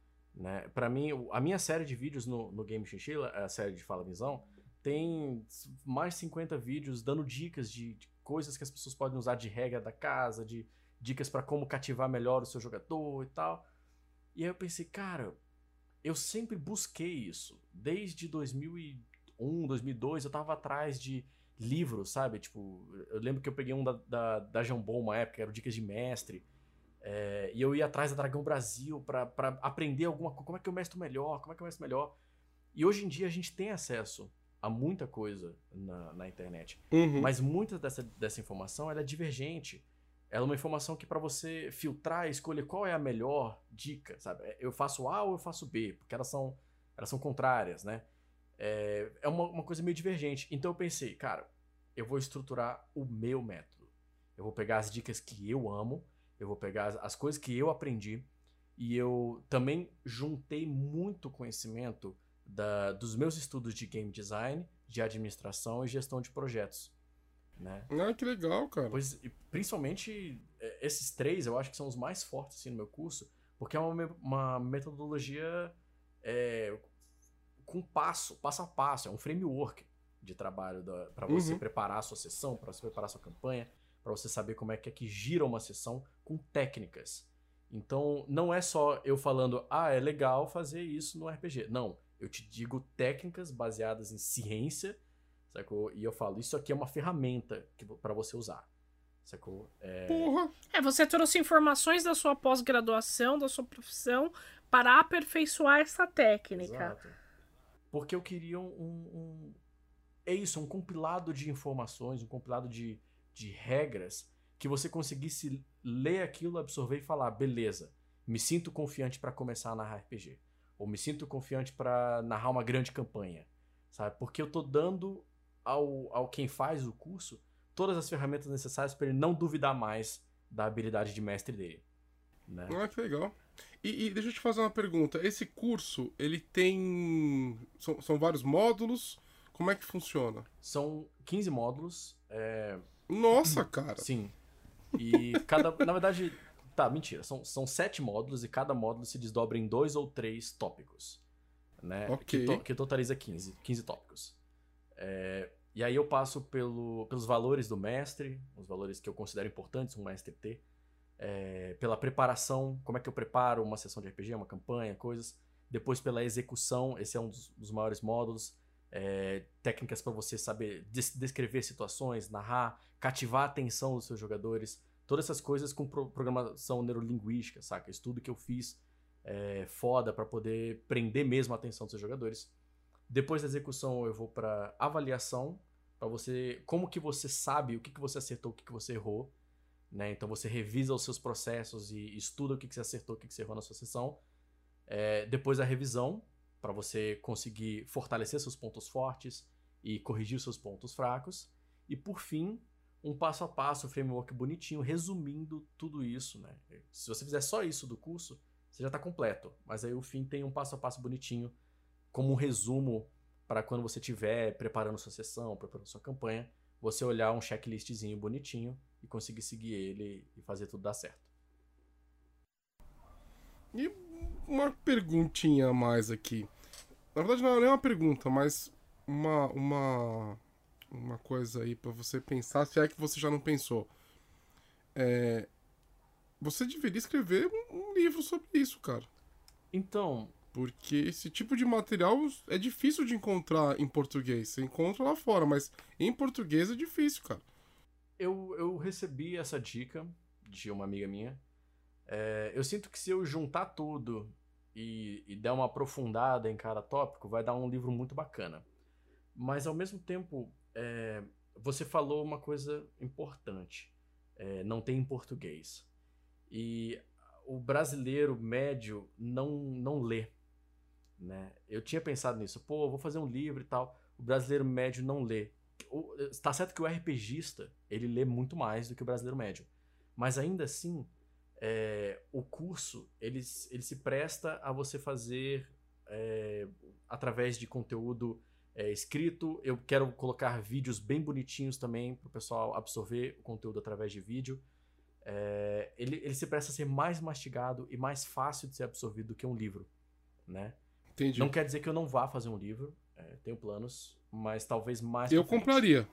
né? Pra mim, a minha série de vídeos no, no Game Chinchilla, a série de Fala Visão, tem mais de cinquenta vídeos dando dicas de, de coisas que as pessoas podem usar de regra da casa, de dicas pra como cativar melhor o seu jogador e tal. E aí eu pensei, cara, eu sempre busquei isso. Desde dois mil e um, dois mil e dois, eu tava atrás de livros, sabe? Tipo, eu lembro que eu peguei um da, da, da Jambon uma época, era o Dicas de Mestre. É, e eu ia atrás da Dragão Brasil pra, pra aprender alguma coisa. Como é que eu mestro melhor? Como é que eu mestro melhor? E hoje em dia a gente tem acesso a muita coisa na, na internet. Uhum. Mas muita dessa, dessa informação ela é divergente. Ela é uma informação que para você filtrar e escolher qual é a melhor dica, sabe? Eu faço A ou eu faço B, porque elas são, elas são contrárias, né? É, é uma, uma coisa meio divergente. Então eu pensei, cara, eu vou estruturar o meu método. Eu vou pegar as dicas que eu amo, eu vou pegar as, as coisas que eu aprendi, e eu também juntei muito conhecimento da, dos meus estudos de game design, de administração e gestão de projetos, né? Ah, que legal, cara. Pois, principalmente esses três eu acho que são os mais fortes assim, no meu curso, porque é uma, uma metodologia é, com passo, passo a passo, é um framework de trabalho para você uhum. preparar a sua sessão, para você preparar a sua campanha, para você saber como é que é que gira uma sessão com técnicas. Então não é só eu falando, ah, é legal fazer isso no R P G. Não, eu te digo técnicas baseadas em ciência, sacou? E eu falo, isso aqui é uma ferramenta para você usar, sacou? É... Porra! É, você trouxe informações da sua pós-graduação, da sua profissão, para aperfeiçoar essa técnica. Exato. Porque eu queria um, um... É isso, um compilado de informações, um compilado de, de regras que você conseguisse ler aquilo, absorver e falar, beleza, me sinto confiante para começar a narrar R P G. Ou me sinto confiante para narrar uma grande campanha, sabe? Porque eu tô dando ao, ao quem faz o curso todas as ferramentas necessárias para ele não duvidar mais da habilidade de mestre dele, né? Ah, que legal. E, e deixa eu te fazer uma pergunta. Esse curso, ele tem... São, são vários módulos? Como é que funciona? São quinze módulos. É... Nossa, cara! Sim. E cada... Na verdade... Tá, mentira. São, são sete módulos e cada módulo se desdobra em dois ou três tópicos, né? Ok. Que, to, que totaliza quinze, quinze tópicos. É... E aí eu passo pelo, pelos valores do mestre, os valores que eu considero importantes um mestre ter. É, pela preparação, como é que eu preparo uma sessão de R P G, uma campanha, coisas. Depois pela execução, esse é um dos, dos maiores módulos. É, técnicas para você saber des descrever situações, narrar, cativar a atenção dos seus jogadores. Todas essas coisas com pro programação neurolinguística, saca? Estudo que eu fiz é, foda para poder prender mesmo a atenção dos seus jogadores. Depois da execução eu vou para avaliação, para você, como que você sabe o que, que você acertou, o que, que você errou. Né? Então você revisa os seus processos e estuda o que, que você acertou, o que, que você errou na sua sessão. É, depois a revisão, para você conseguir fortalecer seus pontos fortes e corrigir os seus pontos fracos. E por fim, um passo a passo, um framework bonitinho, resumindo tudo isso. Né? Se você fizer só isso do curso, você já está completo. Mas aí o fim tem um passo a passo bonitinho, como um resumo para quando você estiver preparando sua sessão, preparando sua campanha, você olhar um checklistzinho bonitinho e conseguir seguir ele e fazer tudo dar certo. E uma perguntinha a mais aqui. Na verdade não é nem uma pergunta, mas uma, uma, uma coisa aí pra você pensar, se é que você já não pensou. É, você deveria escrever um, um livro sobre isso, cara. Então... Porque esse tipo de material é difícil de encontrar em português. Você encontra lá fora, mas em português é difícil, cara. Eu, eu recebi essa dica de uma amiga minha. É, eu sinto que se eu juntar tudo e, e der uma aprofundada em cada tópico, vai dar um livro muito bacana. Mas, ao mesmo tempo, é, você falou uma coisa importante. É, não tem em português. E o brasileiro médio não, não lê. Né? Eu tinha pensado nisso. Pô, vou fazer um livro e tal. O brasileiro médio não lê. Tá certo que o RPGista, ele lê muito mais do que o brasileiro médio. Mas ainda assim, é, o curso, ele, ele se presta a você fazer é, através de conteúdo é, escrito. Eu quero colocar vídeos bem bonitinhos também para o pessoal absorver o conteúdo através de vídeo. É, ele, ele se presta a ser mais mastigado e mais fácil de ser absorvido do que um livro, né? Entendi. Não quer dizer que eu não vá fazer um livro. É, tenho planos, mas talvez mais Eu pra frente. compraria.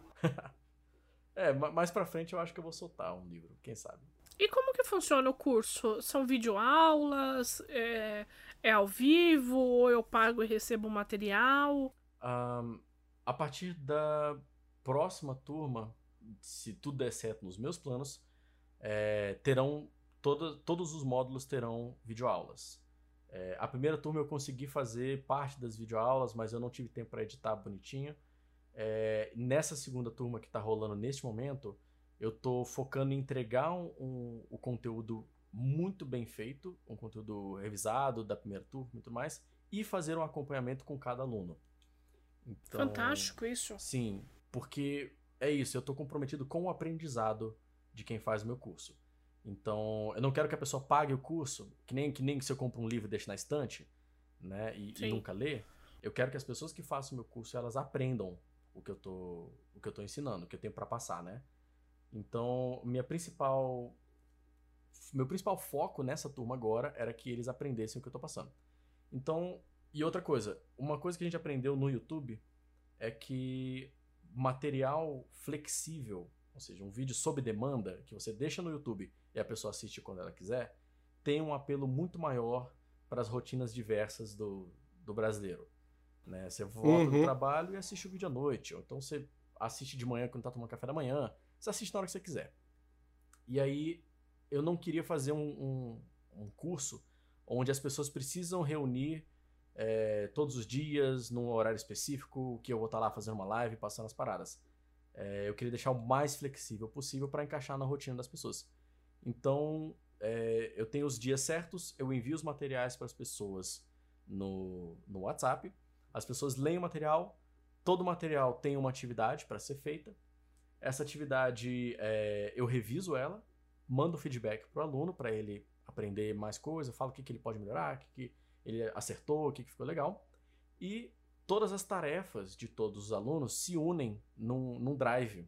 É, mais pra frente eu acho que eu vou soltar um livro, quem sabe. E como que funciona o curso? São videoaulas? É, é ao vivo? Ou eu pago e recebo material? Um, a partir da próxima turma, se tudo der certo nos meus planos, é, terão todo, todos os módulos terão videoaulas. É, a primeira turma eu consegui fazer parte das videoaulas, mas eu não tive tempo para editar bonitinho. É, nessa segunda turma que está rolando neste momento, eu estou focando em entregar um, um, o conteúdo muito bem feito, um conteúdo revisado da primeira turma e tudo mais, e fazer um acompanhamento com cada aluno. Então, fantástico isso. Sim, porque é isso, eu estou comprometido com o aprendizado de quem faz o meu curso. Então, eu não quero que a pessoa pague o curso, que nem, que nem se eu compro um livro e deixo na estante, né, e, e nunca lê. Eu quero que as pessoas que façam o meu curso, elas aprendam o que eu tô, o que eu tô ensinando, o que eu tenho para passar, né. Então, minha principal, meu principal foco nessa turma agora era que eles aprendessem o que eu tô passando. Então, e outra coisa, uma coisa que a gente aprendeu no YouTube é que material flexível, ou seja, um vídeo sob demanda, que você deixa no YouTube e a pessoa assiste quando ela quiser, tem um apelo muito maior para as rotinas diversas do, do brasileiro. Né? Você volta Uhum. do trabalho e assiste o vídeo à noite, ou então você assiste de manhã quando tá tomando café da manhã, você assiste na hora que você quiser. E aí, eu não queria fazer um, um, um curso onde as pessoas precisam reunir é, todos os dias, num horário específico, que eu vou estar lá fazendo uma live, passando as paradas. É, eu queria deixar o mais flexível possível para encaixar na rotina das pessoas. Então, é, eu tenho os dias certos, eu envio os materiais para as pessoas no, no WhatsApp, as pessoas leem o material, todo material tem uma atividade para ser feita. Essa atividade, é, eu reviso ela, mando feedback pro aluno para ele aprender mais coisa, falo o que, que ele pode melhorar, o que, que ele acertou, o que, que ficou legal. E todas as tarefas de todos os alunos se unem num, num drive.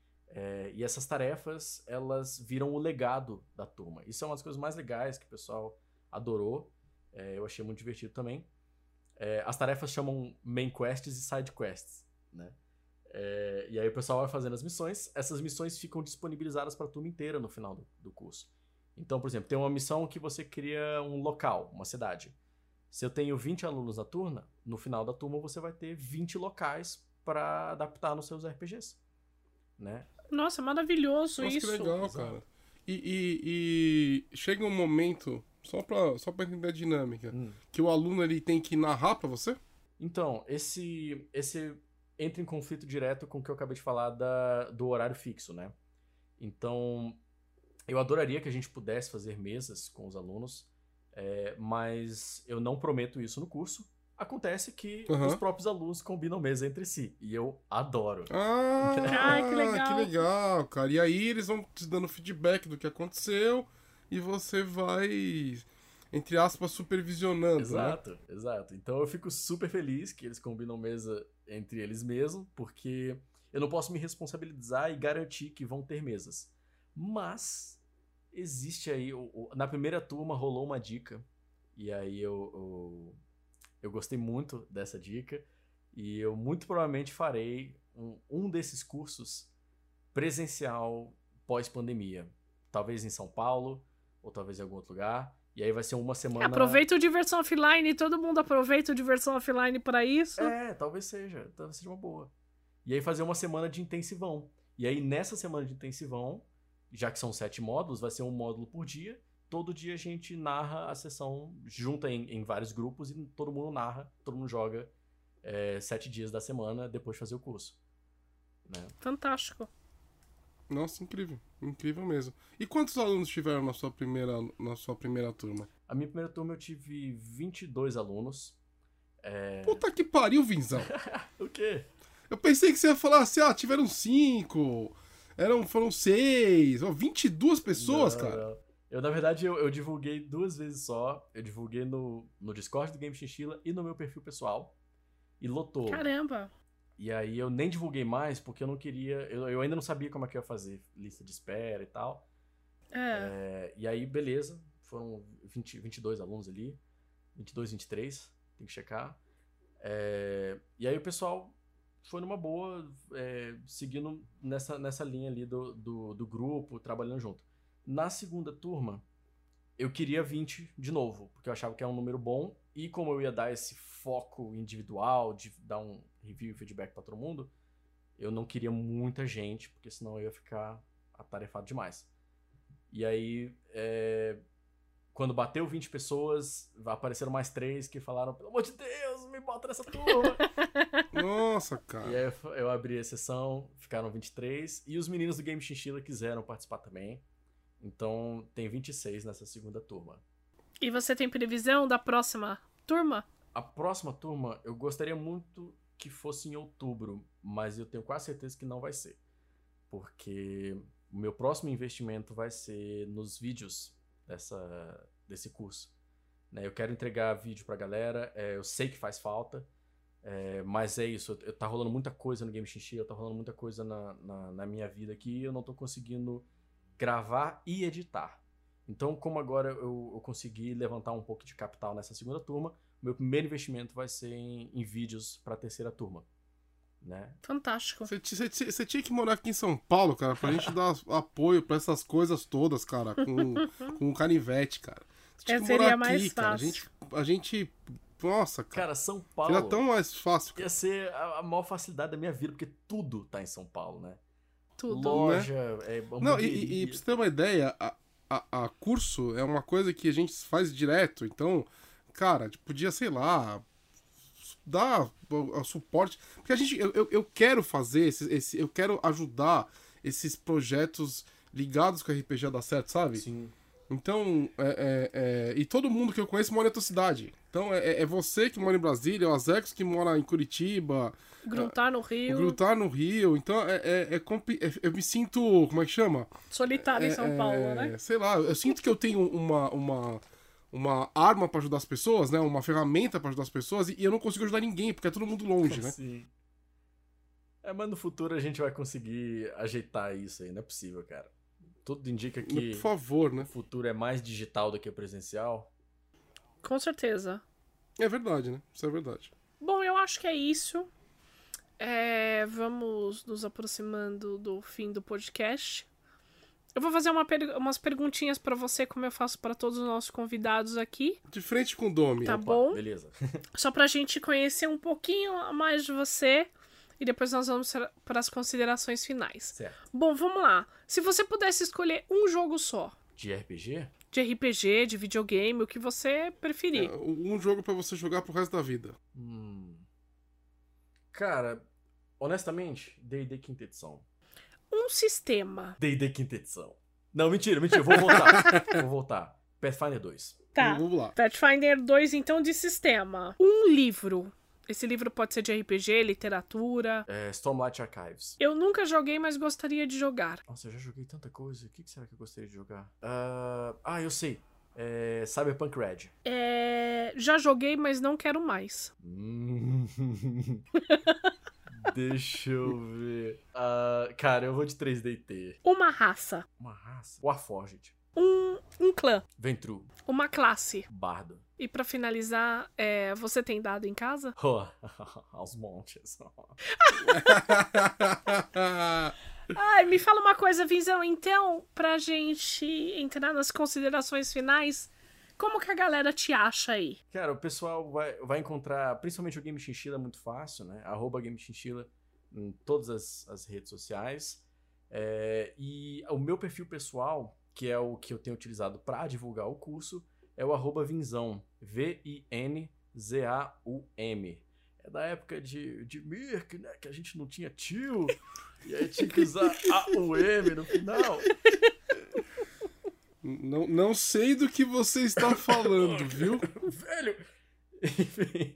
É, e essas tarefas, elas viram o legado da turma. Isso é uma das coisas mais legais que o pessoal adorou. É, eu achei muito divertido também. É, as tarefas chamam main quests e side quests, né? É, e aí o pessoal vai fazendo as missões. Essas missões ficam disponibilizadas para a turma inteira no final do, do curso. Então, por exemplo, tem uma missão que você cria um local, uma cidade. Se eu tenho vinte alunos na turma, no final da turma você vai ter vinte locais para adaptar nos seus R P Gs, né? Nossa, maravilhoso Nossa, isso. que legal, cara. E, e, e chega um momento, só pra, só pra entender a dinâmica, Hum. que o aluno ele tem que narrar pra você? Então, esse, esse entra em conflito direto com o que eu acabei de falar da, do horário fixo, né? Então, eu adoraria que a gente pudesse fazer mesas com os alunos, é, mas eu não prometo isso no curso. Acontece que Uhum. os próprios alunos combinam mesa entre si, e eu adoro. Ah, Ai, que legal. que legal, cara. E aí eles vão te dando feedback do que aconteceu e você vai, entre aspas, supervisionando, né? Exato, exato. Então eu fico super feliz que eles combinam mesa entre eles mesmos, porque eu não posso me responsabilizar e garantir que vão ter mesas. Mas existe aí, o- o- na primeira turma rolou uma dica, e aí eu, eu, eu gostei muito dessa dica, e eu muito provavelmente farei um, um desses cursos presencial pós-pandemia. Talvez em São Paulo, ou talvez em algum outro lugar. E aí vai ser uma semana... Aproveita o Diversão Offline, todo mundo aproveita o Diversão Offline pra isso. É, talvez seja. Talvez seja uma boa. E aí fazer uma semana de intensivão. E aí nessa semana de intensivão, já que são sete módulos, vai ser um módulo por dia. Todo dia a gente narra a sessão, junta em, em vários grupos e todo mundo narra, todo mundo joga é, sete dias da semana depois de fazer o curso. Né? Fantástico. Nossa, incrível. Incrível mesmo. E quantos alunos tiveram na sua primeira, na sua primeira turma? A minha primeira turma eu tive vinte e dois alunos. É... Puta que pariu, Vinzão. O quê? Eu pensei que você ia falar assim, ah, tiveram cinco, eram, foram seis, ó, vinte e duas pessoas, Não, cara. não. Eu, na verdade, eu, eu divulguei duas vezes só. Eu divulguei no, no Discord do Game Chinchilla e no meu perfil pessoal. E lotou. Caramba. E aí eu nem divulguei mais porque eu não queria... Eu, eu ainda não sabia como é que eu ia fazer lista de espera e tal. É. É, e aí, beleza. Foram vinte, vinte e dois alunos ali. vinte e dois, vinte e três. Tem que checar. É, e aí o pessoal foi numa boa, é, seguindo nessa, nessa linha ali do, do, do grupo, trabalhando junto. Na segunda turma, eu queria vinte de novo, porque eu achava que era um número bom. E como eu ia dar esse foco individual, de dar um review e feedback para todo mundo, eu não queria muita gente, porque senão eu ia ficar atarefado demais. E aí, é, quando bateu vinte pessoas, apareceram mais três que falaram, pelo amor de Deus, me bota nessa turma. Nossa, E cara. aí eu- eu abri a sessão, ficaram vinte e três, e os meninos do Game Chinchilla quiseram participar também. Então tem vinte e seis nessa segunda turma. E você tem previsão da próxima turma? A próxima turma, eu gostaria muito que fosse em outubro, mas eu tenho quase certeza que não vai ser. Porque o meu próximo investimento vai ser nos vídeos dessa, desse curso. Né? Eu quero entregar vídeo pra galera, é, eu sei que faz falta, é, mas é isso, eu, tá rolando muita coisa no Game Chinchilla, tá rolando muita coisa na, na, na minha vida aqui, e eu não tô conseguindo gravar e editar. Então, como agora eu, eu consegui levantar um pouco de capital nessa segunda turma, meu primeiro investimento vai ser em, em vídeos para a terceira turma, né? Fantástico. Você, ti- você ti- você tinha que morar aqui em São Paulo, cara, pra gente dar apoio pra essas coisas todas, cara, com, com o canivete, cara. Você tinha É, que seria morar mais aqui, cara. A fácil. gente, a gente. Nossa, cara. Cara, São Paulo Era tão mais fácil, cara. ia ser a, a maior facilidade da minha vida, porque tudo tá em São Paulo, né? Tudo. Loja, é, Não, e, e, hamburgueria. e pra você ter uma ideia, a, a, a curso é uma coisa que a gente faz direto, então, cara, tipo, podia, sei lá, dar o, o suporte. Porque a gente, eu, eu, eu quero fazer, esse, esse, eu quero ajudar esses projetos ligados com a R P G a dar certo, sabe? Sim. Então, é, é, é, e todo mundo que eu conheço mora em outra cidade. Então, é, é você que mora em Brasília, o Azex que mora em Curitiba. Gruntar no Rio. O Gruntar no Rio. Então, é, é, é, compli- é- eu me sinto, como é que chama? Solitário em São É, Paulo, é, né? Sei lá, eu sinto que eu tenho uma, uma, uma arma pra ajudar as pessoas, né? Uma ferramenta pra ajudar as pessoas e, e eu não consigo ajudar ninguém, porque é todo mundo longe, né? Sim. É, mas no futuro a gente vai conseguir ajeitar isso aí, não é possível, cara. Tudo indica que Por favor, né? o futuro é mais digital do que presencial. Com certeza. É verdade, né? Isso é verdade. Bom, eu acho que é isso. É, vamos nos aproximando do fim do podcast. Eu vou fazer uma per- umas perguntinhas pra você, como eu faço pra todos os nossos convidados aqui. De frente com o Domi. Tá Opa, bom. Beleza. Só pra gente conhecer um pouquinho mais de você. E depois nós vamos para as considerações finais. Certo. Bom, vamos lá. Se você pudesse escolher um jogo só, De R P G? de R P G, de videogame, o que você preferir. É, um jogo pra você jogar pro resto da vida. Hum. Cara, honestamente, D e D quinta edição. Um sistema. D e D quinta edição. Não, mentira, mentira, eu vou voltar. vou voltar. Pathfinder dois. Tá. Vamos lá. Pathfinder dois, então, de sistema. Um livro. Esse livro pode ser de R P G, literatura. É, Stormlight Archives. Eu nunca joguei, mas gostaria de jogar. Nossa, eu já joguei tanta coisa. O que que será que eu gostaria de jogar? Ah, ah, eu sei. É, Cyberpunk Red. É... Já joguei, mas não quero mais. Hum. Deixa eu ver. Ah, cara, eu vou de três D T. Uma raça. Uma raça. Warforged. Um, um clã. Ventru. Uma classe. Bardo. E pra finalizar, é... você tem dado em casa? Oh, aos montes. Ai, me fala uma coisa, Vinzão. Então, pra gente entrar nas considerações finais, como que a galera te acha aí? Cara, o pessoal vai, vai encontrar, principalmente o Game Chinchilla, muito fácil, né? Arroba Game Chinchilla em todas as, as redes sociais. É, e o meu perfil pessoal, que é o que eu tenho utilizado para divulgar o curso, é o arroba Vinzão. V I N Z A U M. É da época de, de Mirk, né? Que a gente não tinha tio. E aí tinha que usar A U M no final. Não, não sei do que você está falando, viu? Velho! Enfim.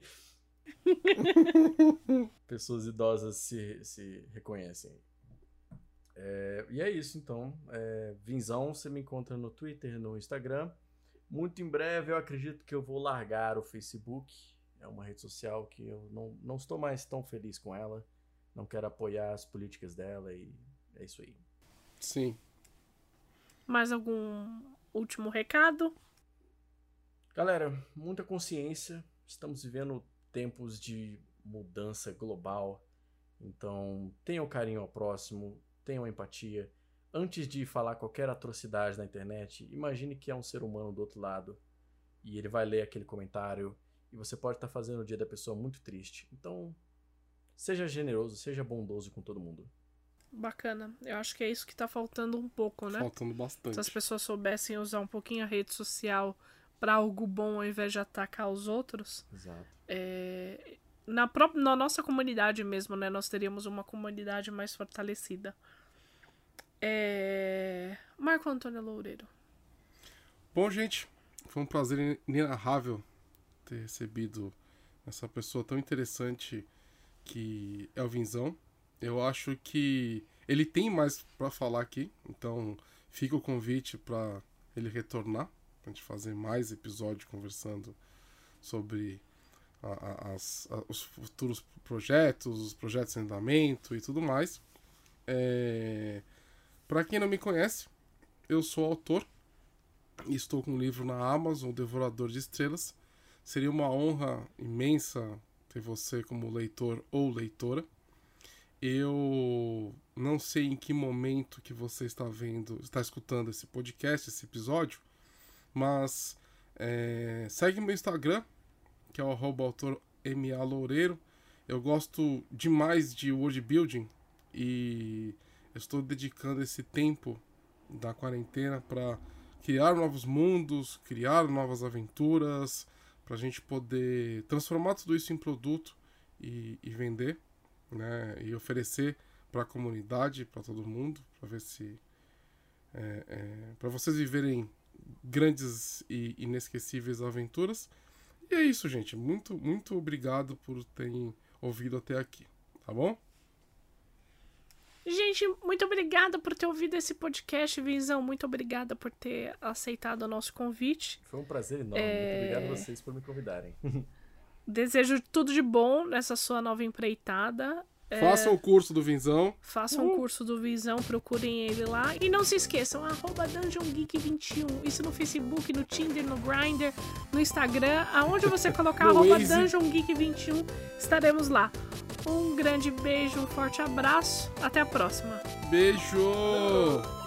Pessoas idosas se, se reconhecem. É, e é isso, então. É, Vinzão, você me encontra no Twitter, no Instagram. Muito em breve eu acredito que eu vou largar o Facebook. É uma rede social que eu não, não estou mais tão feliz com ela. Não quero apoiar as políticas dela e é isso aí. Sim. Mais algum último recado? Galera, muita consciência. Estamos vivendo tempos de mudança global. Então, tenham carinho ao próximo, tenham empatia. Antes de falar qualquer atrocidade na internet, imagine que é um ser humano do outro lado e ele vai ler aquele comentário e você pode estar fazendo o dia da pessoa muito triste. Então, seja generoso, seja bondoso com todo mundo. Bacana. Eu acho que é isso que tá faltando um pouco, né? Faltando bastante. Se as pessoas soubessem usar um pouquinho a rede social pra algo bom ao invés de atacar os outros. Exato. É... Na, própria, na nossa comunidade mesmo, né? Nós teríamos uma comunidade mais fortalecida. É... Marco Antônio Loureiro. Bom, gente, foi um prazer inenarrável ter recebido essa pessoa tão interessante que é o Vinzão. Eu acho que ele tem mais pra falar aqui, então fica o convite pra ele retornar, pra gente fazer mais episódios conversando sobre a, a, as, a, os futuros projetos, os projetos em andamento e tudo mais. É... Pra quem não me conhece, eu sou autor e estou com um livro na Amazon, O Devorador de Estrelas. Seria uma honra imensa ter você como leitor ou leitora. Eu não sei em que momento que você está vendo, está escutando esse podcast, esse episódio, mas é, segue meu Instagram, que é o arroba autor M A Loureiro. Eu gosto demais de world building e eu estou dedicando esse tempo da quarentena para criar novos mundos, criar novas aventuras, para a gente poder transformar tudo isso em produto e, e vender, né? E oferecer para a comunidade, para todo mundo, para ver se é, é, para vocês viverem grandes e inesquecíveis aventuras. E é isso, gente. Muito, muito obrigado por terem ouvido até aqui, tá bom? Gente, muito obrigada por ter ouvido esse podcast, Vinzão. Muito obrigada por ter aceitado o nosso convite. Foi um prazer enorme. É... Muito obrigado a vocês por me convidarem. Desejo tudo de bom nessa sua nova empreitada. Façam o curso do Vinzão. Façam o Uhum. curso do Vinzão, procurem ele lá. E não se esqueçam, arroba Dungeon Geek vinte e um. Isso no Facebook, no Tinder, no Grindr, no Instagram. Aonde você colocar No arroba Waze. Dungeon Geek vinte e um, estaremos lá. Um grande beijo, um forte abraço. Até a próxima. Beijo!